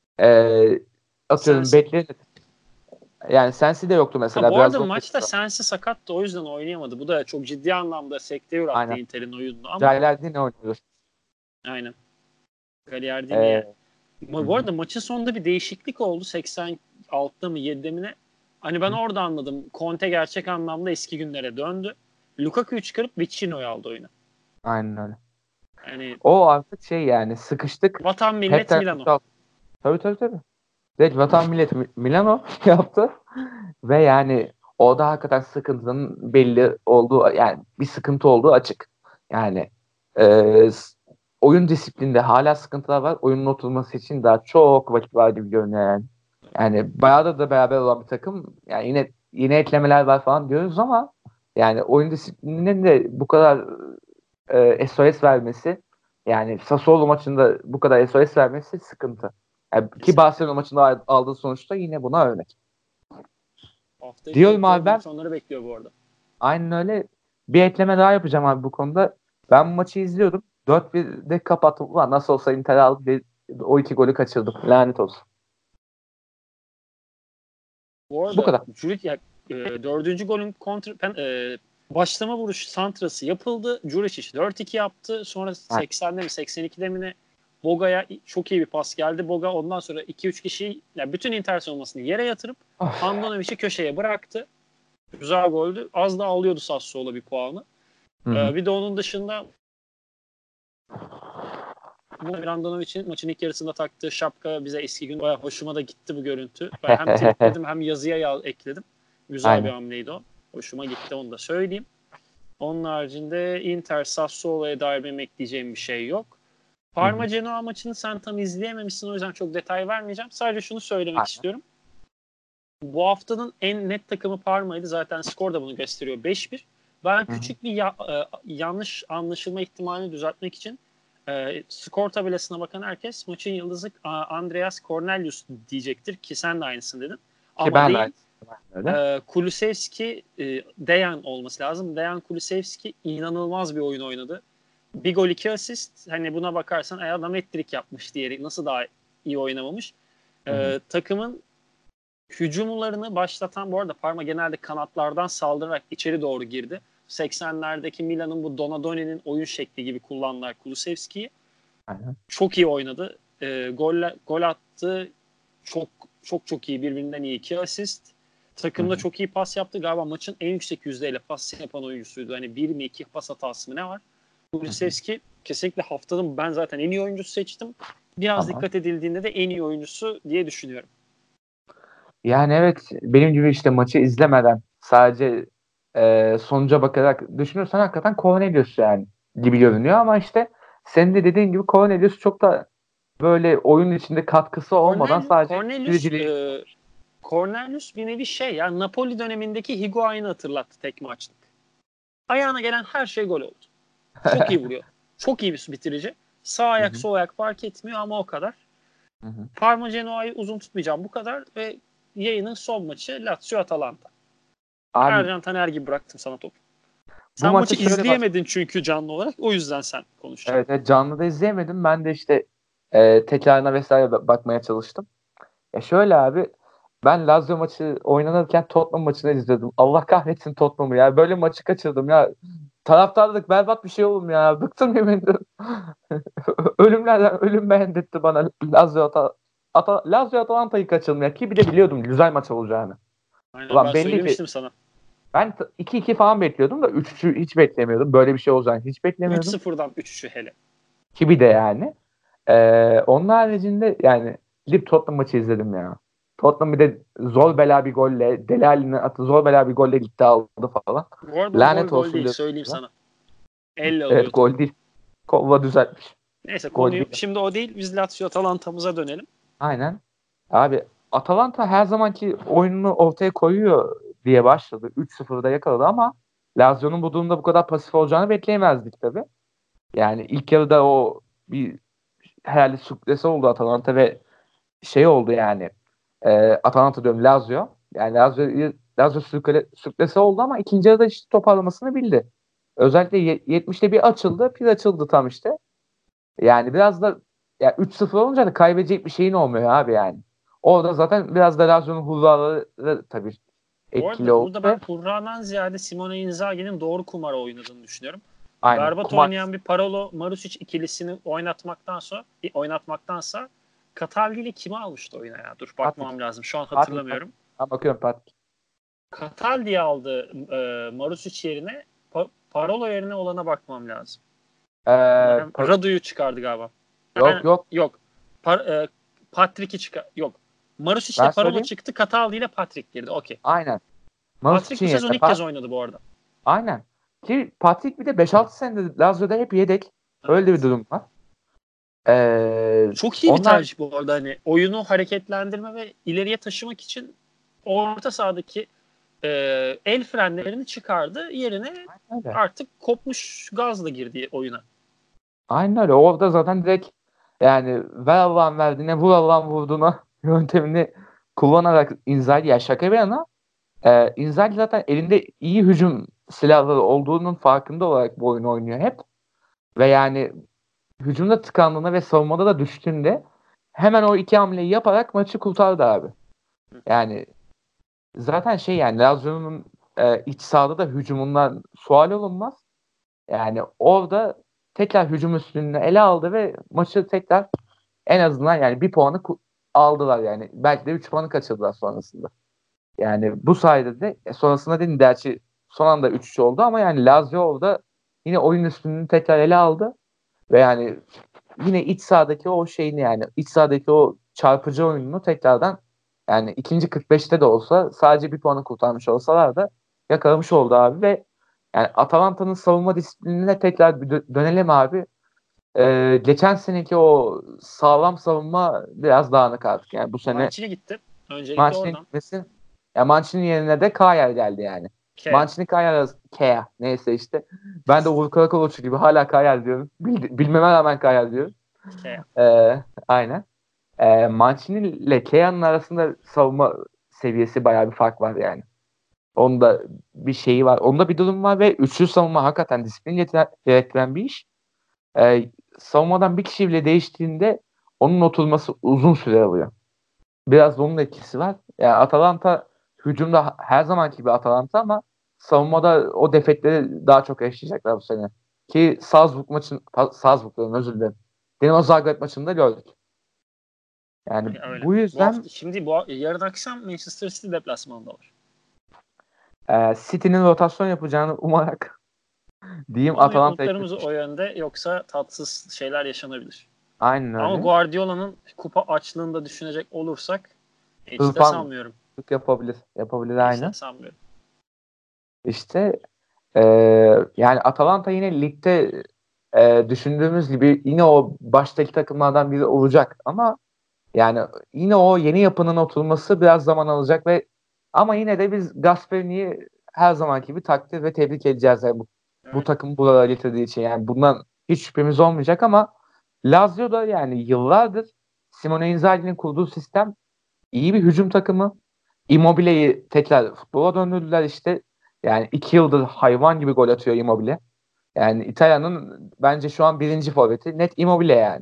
Ee, atıyorum Sensi. bekle yani Sensi de yoktu Ha, mesela bu biraz arada da onun maçta etkisi var. Sensi sakattı o yüzden oynayamadı. Bu da çok ciddi anlamda sekteye uğrattı Aynen. Inter'in oyununu ama Cahilerdi ne oynuyor? aynen. Gagliardini yani. Hı Bu hı. arada maçın sonunda bir değişiklik oldu. 86'da mı 7'de mi ne? Hani ben orada anladım. Conte gerçek anlamda eski günlere döndü. Lukaku'yu çıkarıp Vicino'yu aldı oyuna. Aynen öyle. Yani O artık şey yani sıkıştık. vatan millet Hepten Milano. tabii tabii tabii. Direkt vatan millet Milano yaptı ve yani o da hakikaten sıkıntının belli olduğu, yani bir sıkıntı olduğu açık. Yani oyun disiplinde hala sıkıntılar var. Oyunun oturması için daha çok vakit var gibi görünüyor yani. Yani bayağıdır da beraber olan bir takım. Yani yine eklemeler var falan diyoruz ama yani oyun disiplininin de bu kadar SOS vermesi, yani Sassuolo maçında bu kadar SOS vermesi sıkıntı. Yani ki Barcelona maçında aldığı sonuçta yine buna örnek. Hafta içi Diyorum abi zor ben. maç onları bekliyor bu arada. Aynen öyle. Bir ekleme daha yapacağım abi bu konuda. Ben bu maçı izliyordum. 4-1'de kapattım. Ulan nasıl olsa Inter aldı. O 2 golü kaçırdım. Lanet olsun. Bu Bu arada kadar. dördüncü golün başlama vuruş santrası yapıldı. Juricic 4-2 yaptı. Sonra 80'de mi 82'de mi ne Boga'ya çok iyi bir pas geldi. Boga ondan sonra 2-3 kişiyi, yani bütün Inter savunmasını yere yatırıp Andonovic'i köşeye bıraktı. Güzel goldü. Az da alıyordu Sassuolo bir puanı. Bir de onun dışında Andonovic'in maçın ilk yarısında taktığı şapka bize eski gün bayağı hoşuma da gitti bu görüntü. Ben hem tweetledim hem yazıya ekledim. Güzel Aynen. bir hamleydi o. Hoşuma gitti, onu da söyleyeyim. Onun haricinde Inter Sassuolo'ya dair benim ekleyeceğim bir şey yok. Parma Genoa maçını sen tam izleyememişsin, o yüzden çok detay vermeyeceğim. Sadece şunu söylemek istiyorum. Bu haftanın en net takımı Parma'ydı. Zaten skor da bunu gösteriyor. 5-1. Ben küçük bir yanlış anlaşılma ihtimalini düzeltmek için skor tabelasına bakan herkes maçın yıldızı Andreas Cornelius diyecektir ki sen de aynısını dedin. Ama ben değil. Kulusevski Dejan olması lazım. Dejan Kulusevski inanılmaz bir oyun oynadı. Bir gol 2 asist. Hani buna bakarsan adam hat-trick yapmış diyerek nasıl daha iyi oynamamış. Takımın hücumlarını başlatan, bu arada Parma genelde kanatlardan saldırarak içeri doğru girdi. 80'lerdeki Milan'ın bu Donadoni'nin oyun şekli gibi kullandılar Kulusevski'yi. Çok iyi oynadı. Gol attı. Çok iyi. Birbirinden iyi 2 asist. Takımda çok iyi pas yaptı. Galiba maçın en yüksek yüzdeyle pas yapan oyuncusuydu. Hani 1 mi 2 pas hatası mı ne var? Kulusevski kesinlikle haftanın ben zaten en iyi oyuncusu seçtim. Biraz dikkat edildiğinde de en iyi oyuncusu diye düşünüyorum. Yani evet, benim gibi işte maçı izlemeden sadece sonuca bakarak düşünürsen hakikaten Cornelius yani gibi görünüyor ama işte senin de dediğin gibi Cornelius çok da böyle oyun içinde katkısı olmadan sadece Cornelius bir nevi ya Napoli dönemindeki Higuain'i hatırlattı tek maçlık. Ayağına gelen her şey gol oldu. Çok iyi vuruyor. Çok iyi bir bitirici. Sağ ayak sol ayak fark etmiyor ama o kadar. Parma Genoa'yı uzun tutmayacağım, bu kadar ve yayının son maçı Lazio Atalanta. Ercan Taner gibi bıraktım sana topu. Sen maçı izleyemedin çünkü canlı olarak, o yüzden sen konuşacaksın. Evet, canlı da izleyemedim. Ben de işte tekrarına vesaire bakmaya çalıştım. Şöyle abi, ben Lazio maçı oynanırken Tottenham maçını izledim. Allah kahretsin Tottenham'ı ya. Böyle maçı kaçırdım ya. Taraftarlık berbat bir şey oğlum ya. Bıktım yeminle. Ölüm beğendirtti bana Lazio Atalanta'yı kaçırdım ya. Ki bir de biliyordum güzel maç olacağını. Aynen, Ulan ben belli ki söylemiştim sana. ben 2-2 falan bekliyordum da 3-3'ü hiç beklemiyordum. Böyle bir şey olacağını hiç beklemiyordum. 3-0'dan 3-3'ü hele. Ki bir de yani. Onun haricinde yani gidip Tottenham maçı izledim ya. Tottenham bir de zor bela bir golle, Dele Alli'nin atı zor bela bir golle gitti aldı falan. Bu arada o Lanet gol olsun değil, diyorum söyleyeyim ya. sana. Elle alıyor Evet, gol topu. değil. Kova düzeltmiş. Neyse, Gol konuyu değil. şimdi o değil. Biz Lazio Atalanta'mıza dönelim. Aynen. Abi Atalanta her zamanki oyununu ortaya koyuyor diye başladı. 3-0'da yakaladı ama Lazio'nun bu durumda bu kadar pasif olacağını bekleyemezdik tabii. Yani ilk yarıda o bir herhalde sürklese oldu Atalanta ve şey oldu yani. Atalanta diyorum, Lazio. Yani Lazio sürklese oldu ama ikinci yarıda işte toparlamasını bildi. Özellikle 70'te bir açıldı. Bir açıldı tam işte. Yani biraz da ya 3-0 olunca da kaybedecek bir şeyin olmuyor abi yani. Orada zaten biraz da Lazio'nun hurraları tabii Bu etkili arada oldu. burada ben hurradan ziyade Simone Inzaghi'nin doğru kumara oynadığını düşünüyorum. Aynen. Berbat oynayan bir Parolo Marusic ikilisini oynatmaktansa Cataldi'li kimi almıştı oyuna ya? Dur bakmam lazım. Şu an hatırlamıyorum. Ben bakıyorum Patrick. Cataldi'yi aldı Marusic yerine. Parolo yerine olana bakmam lazım. Radu'yu çıkardı galiba. Yok. Yok. Patrick'i çıkar. Yok. Marusic Ben ile Parolo söyleyeyim. çıktı. Cataldi ile Patrick girdi. Okey. Aynen. Patrick bu Marusic'in sezon yerine ilk kez oynadı bu arada. Aynen. Ki Patrick bir de 5-6 senedir Lazio'da hep yedek. Öyle bir durum var. Çok iyi bir Onlar tercih bu arada. Hani oyunu hareketlendirme ve ileriye taşımak için orta sahadaki el frenlerini çıkardı. Yerine öyle. artık kopmuş gazla girdi oyuna. Aynen öyle. Orada zaten direkt yani ver Allah'ın verdiğine vur Allah'ın vurduğuna yöntemini kullanarak Inzaghi, ya şaka bir yana, Inzaghi zaten elinde iyi hücum silahları olduğunun farkında olarak bu oyunu oynuyor hep. Ve yani hücumda tıkandığında ve savunmada da düştüğünde hemen o iki hamleyi yaparak maçı kurtardı abi. Yani zaten yani Lazio'nun iç sahada da hücumundan sual olunmaz. Yani orada tekrar hücum üstünlüğünü ele aldı ve maçı tekrar en azından yani bir puanı aldılar yani. Belki de 3 puanı kaçırdılar sonrasında. Yani bu sayede de sonrasında değil, gerçi son anda 3-3 oldu ama yani Lazio orada yine oyun üstünlüğünü tekrar ele aldı ve yani yine iç sahadaki o şeyini, yani iç sahadaki o çarpıcı oyununu tekrardan, yani ikinci 45'te de olsa sadece bir puanı kurtarmış olsalar da yakalamış oldu abi. Ve yani Atalanta'nın savunma disiplinine tekrar bir dönelim abi. Geçen seneki o sağlam savunma biraz dağınık artık. Yani bu sene Mancini gitti. Öncelikle Mancini'nin oradan. gitmesi, ya Mancini'nin yerine de Kaya geldi yani. K. Mancini Kaya neyse işte. Ben de Uğur Karakoçlu gibi hala Kaya diyorum. Bilmeme rağmen Kaya diyorum. K. Aynen. Mancini ile Kea'nın arasında savunma seviyesi bayağı bir fark var yani. Onda bir şeyi var. Onda bir durum var ve üçlü savunma hakikaten disiplin gerektiren bir iş. Savunmadan bir kişi bile değiştiğinde onun oturması uzun süre alıyor. Biraz da onun etkisi var. Yani Atalanta hücumda her zamanki gibi Atalanta ama savunmada o defekleri daha çok yaşayacaklar bu sene. Ki Salzburg diyorum, özür dilerim. Dinamo Zagreb maçında gördük. Yani Öyle. bu Bu yüzden hafta şimdi yarın akşam Manchester City deplasmanında var. City'nin rotasyon yapacağını umarak diyeyim, Atalanta Umutlarımız eklemiş. o yönde, yoksa tatsız şeyler yaşanabilir. Aynen Ama öyle. Guardiola'nın kupa açlığını da düşünecek olursak hiç de Tırpan sanmıyorum. yapabilir. Yapabilir Hiç de aynen. sanmıyorum. İşte e, yani Atalanta yine ligde düşündüğümüz gibi yine o baştaki takımlardan biri olacak ama yani yine o yeni yapının oturması biraz zaman alacak ama yine de biz Gasperini'yi her zamanki gibi takdir ve tebrik edeceğiz yani bu Evet. takım buralara getirdiği için. Yani bundan hiç şüphemiz olmayacak ama Lazio'da yani yıllardır Simone Inzaghi'nin kurduğu sistem iyi bir hücum takımı. Immobile'yi tekrar futbola döndürdüler işte. Yani 2 yıldır hayvan gibi gol atıyor Immobile. Yani İtalya'nın bence şu an birinci forveti net Immobile yani.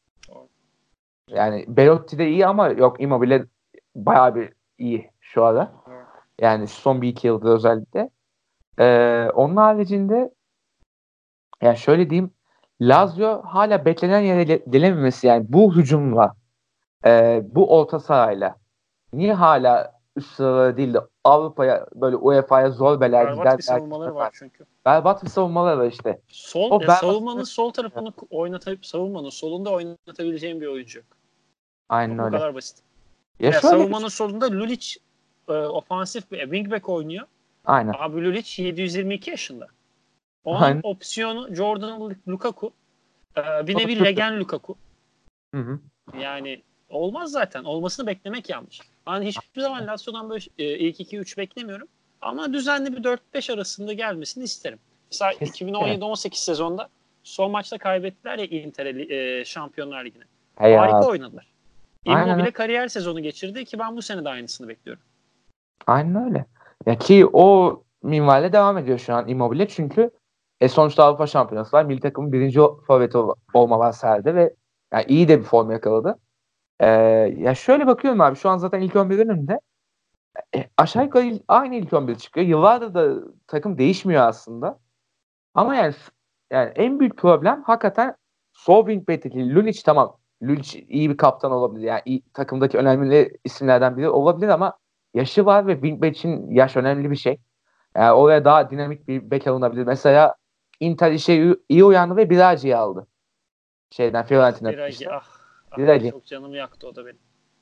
Yani Belotti de iyi ama yok, Immobile bayağı bir iyi şu ara. Evet. Yani son 1-2 yıldır özellikle. Onun haricinde yani şöyle diyeyim, Lazio hala beklenen yere gelememesi, yani bu hücumla bu orta sahayla niye hala üst sıralara değil de Avrupa'ya, böyle UEFA'ya zor beler Berbat gider bir belki savunmaları var sefer. çünkü. Berbat bir savunmaları var işte. O berbat Savunmanın sol tarafını savunmanın solunda oynatabileceğim bir oyuncu yok. aynen Bu öyle. kadar basit. Ya şöyle Savunmanın solunda Lulic ofansif bir wingback oynuyor. aynen. Abi Lulic 722 yaşında. Onun Aynen. opsiyonu Jordan Lukaku. Bir O da nevi Türk. Legen Lukaku. Hı hı. Yani olmaz zaten. Olmasını beklemek yanlış. Ben hiçbir zaman Lazio'dan böyle ilk 2-3 beklemiyorum. Ama düzenli bir 4-5 arasında gelmesini isterim. Mesela Kesinlikle. 2017-18 sezonda son maçta kaybettiler ya Inter'e Şampiyonlar Ligi'ne. He Harika ya. oynadılar. Aynen öyle. Immobile kariyer sezonu geçirdi ki ben bu sene de aynısını bekliyorum. Aynen öyle. Ya ki o minvalde devam ediyor şu an Immobile, çünkü sonuçta Avrupa Şampiyonası var. Milli takımın birinci forveti olma varsaydı ve yani iyi de bir form yakaladı. Ee, Ya şöyle bakıyorum abi, şu an zaten ilk 11'in önünde. Aşağı yukarı aynı ilk 11 çıkıyor. Yıllardır da takım değişmiyor aslında. Ama yani en büyük problem hakikaten sol wing back'teki Lulic, tamam. Lulic iyi bir kaptan olabilir. Yani takımdaki önemli isimlerden biri olabilir ama yaşı var ve wing back için yaş önemli bir şey. Yani oraya daha dinamik bir bek alınabilir. Mesela Inter işe iyi uyandı ve Biraghi'yi aldı. Ah Fiorentina'dan Biragi işte. ah Biraghi. çok canımı yaktı o da benim.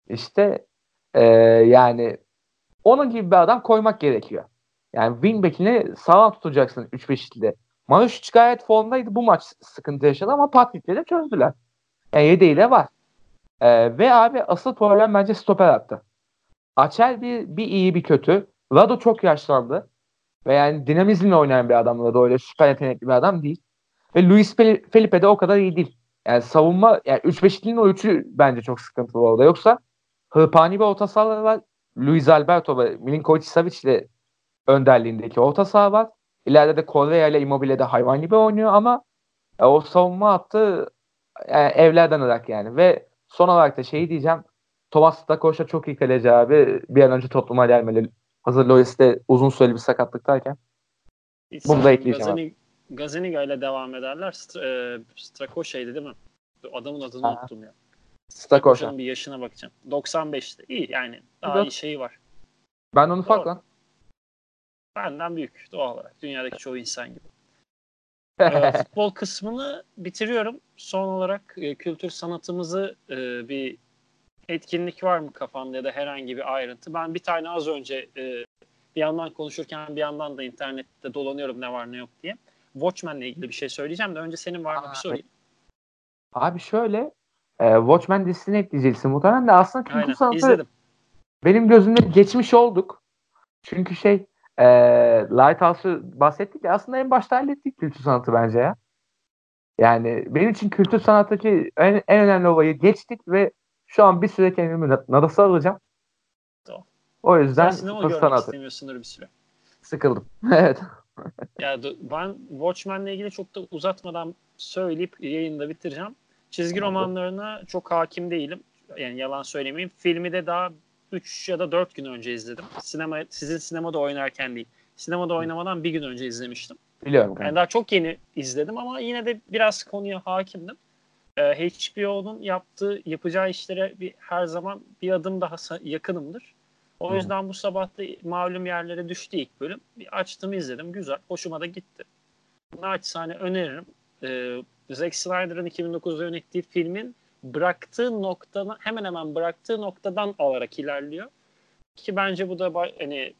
İşte yani onun gibi bir adam koymak gerekiyor. Yani wingback'ini sağlam tutacaksın 3-5'li. Marušić gayet formdaydı. Bu maç sıkıntı yaşadı ama Patrick'le de çözdüler. Yani yedeğiyle var. Ve abi asıl problem bence stoper attı. Açel bir iyi bir kötü. Rado çok yaşlandı. Ve yani dinamizmle oynayan bir adam Rado. Öyle süper yetenekli bir adam değil. Ve Luis Felipe de o kadar iyi değil. Yani savunma yani 3-5'linin o üçü bence çok sıkıntılı orada. Yoksa hırpani bir orta sahaları var. Luis Alberto ve Milinkovic Savic'le önderliğindeki orta saha var. İleride de Correa ile Immobile de hayvan gibi oynuyor ama o savunma hattı evlerden ırak yani. Ve son olarak da şeyi diyeceğim. Thomas da Koşa çok iyi kaleci abi. Bir an önce topluma gelmeli. Hazır Loris de uzun süreli bir sakatlıktayken. Hiç Bunu da sanmıyorum. ekleyeceğim abi. Gazaniga ile devam ederler. Strakoşa'ydı değil mi? Adamın adını Aha. unuttum ya. Stakoşa. Strakoşa'nın bir yaşına bakacağım. 95'te. İyi yani. Daha Evet. iyi şeyi var. Ben onu fark Doğru. lan. Benden büyük doğal olarak. Dünyadaki çoğu insan gibi. Futbol kısmını bitiriyorum. Son olarak kültür sanatımızı bir etkinlik var mı kafanda ya da herhangi bir ayrıntı? Ben bir tane az önce bir yandan konuşurken bir yandan da internette dolanıyorum ne var ne yok diye. Watchmen'le ilgili bir şey söyleyeceğim de önce senin var mı bir sorayım. Abi şöyle Watchmen dizisini ekleyeceksin muhtemelen de aslında kültür Aynen sanatı izledim. benim gözümde geçmiş olduk. Çünkü Lighthouse'u bahsettik ya aslında en başta hallettik kültür sanatı bence ya. Yani benim için kültür sanattaki en önemli olayı geçtik ve şu an bir süre kendimi nadasa alacağım. Tamam. O Sen yüzden sinema spor görmek sanatı. istemiyorsundur bir süre. Sıkıldım. Evet. Ya ben Watchmen'le ilgili çok da uzatmadan söyleyip yayını da bitireceğim. Çizgi Tamamdır. romanlarına çok hakim değilim. Yani yalan söylemeyeyim. Filmi de daha 3 ya da 4 gün önce izledim. Sizin sinemada oynarken değil. Sinemada oynamadan bir gün önce izlemiştim. Biliyorum Yani kanka. daha çok yeni izledim ama yine de biraz konuya hakimdim. HBO'nun yapacağı işlere her zaman bir adım daha yakınımdır. O Hı. yüzden bu sabah da malum yerlere düştü ilk bölüm. Bir açtım izledim. Güzel. Hoşuma da gitti. Naçizane öneririm. Zack Snyder'ın 2009'da yönettiği filmin bıraktığı noktadan hemen hemen bıraktığı noktadan alarak ilerliyor. Ki bence bu da hani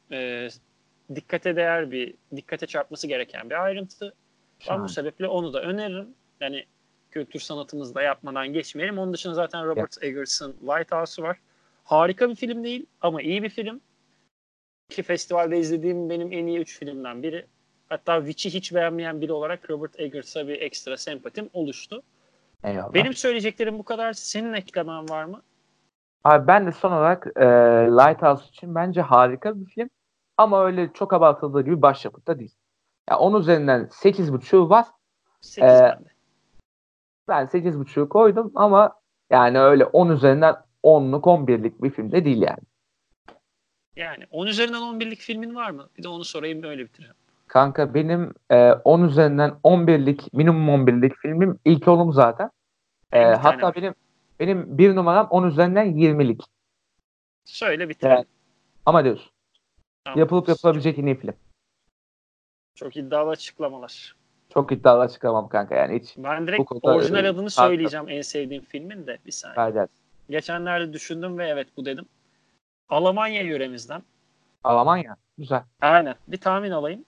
dikkate çarpması gereken bir ayrıntı. Ben bu Şahane. sebeple onu da öneririm. Yani kültür sanatımızda yapmadan geçmeyelim. Onun dışında zaten Ya. Robert Eggers'ın Lighthouse'u var. Harika bir film değil ama iyi bir film. Ki festivalde izlediğim benim en iyi 3 filmden biri. Hatta Witch'i hiç beğenmeyen biri olarak Robert Eggers'a bir ekstra sempatim oluştu. Eyvallah. Benim söyleyeceklerim bu kadar. Senin eklemen var mı? Abi ben de son olarak Lighthouse için bence harika bir film. Ama öyle çok abartıldığı gibi başyapıt da değil. Ya onun üzerinden 8,5'u var. 8 E, bende. Ben 8,5'u koydum ama yani öyle 10 üzerinden 10'luk 11'lik bir film de değil yani. Yani 10 üzerinden 11'lik filmin var mı? Bir de onu sorayım öyle bitireceğim. Kanka benim 10 üzerinden 11'lik minimum 11'lik filmim ilk oğlum zaten. Benim bir tane Hatta var. benim bir numaram 10 üzerinden 20'lik. Söyle Yani, bitirelim. ama diyorsun. Tamam. Yapılıp yapılabilecek en iyi film. Çok iddialı açıklamalar. Çok iddialı açıklamam kanka yani hiç. Ben Bu direkt konuda orijinal adını tartışma söyleyeceğim en sevdiğim filmin de bir saniye. vereceğiz. Geçenlerde düşündüm ve evet bu dedim. Almanya yöremizden. Almanya. Güzel. Aynen. Bir tahmin alayım.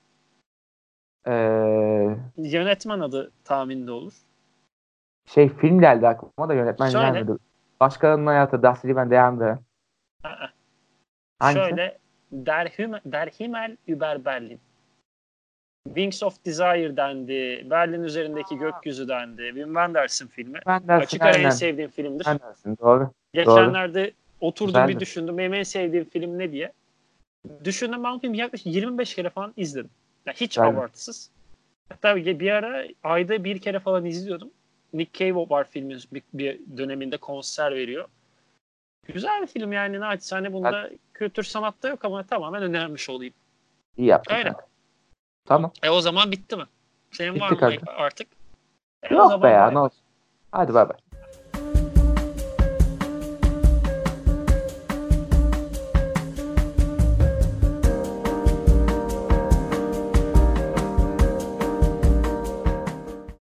Ee, Yönetmen adı tahminde olur. Film geldi aklıma da yönetmen Söyle. gelmedi. Başkalarının hayatı Das Leben der Andere. Aa, Hangisi? şöyle Der Himmel über Berlin. Wings of Desire dendi. Berlin üzerindeki gökyüzü dendi. Wim Wenders'ın filmi. Ben dersin Açık ara en aynen. sevdiğim filmdir. Ben dersin. Doğru. Doğru. Geçenlerde oturdum bir Güzeldi. düşündüm. Benim en sevdiğim film ne diye. Düşündüm ben filmi yaklaşık 25 kere falan izledim. Yani hiç Güzeldi. abartısız. Hatta bir ara ayda bir kere falan izliyordum. Nick Cave var filmin bir döneminde konser veriyor. Güzel bir film yani naçizane bunda kültür sanatta yok ama tamamen önermiş olayım. İyi yaptın Öyle. kanka. Tamam. O zaman bitti mi? Senin var Bitti mı kanka. artık? O Yok be zaman ya bay ne bay. olsun. Hadi bay bay.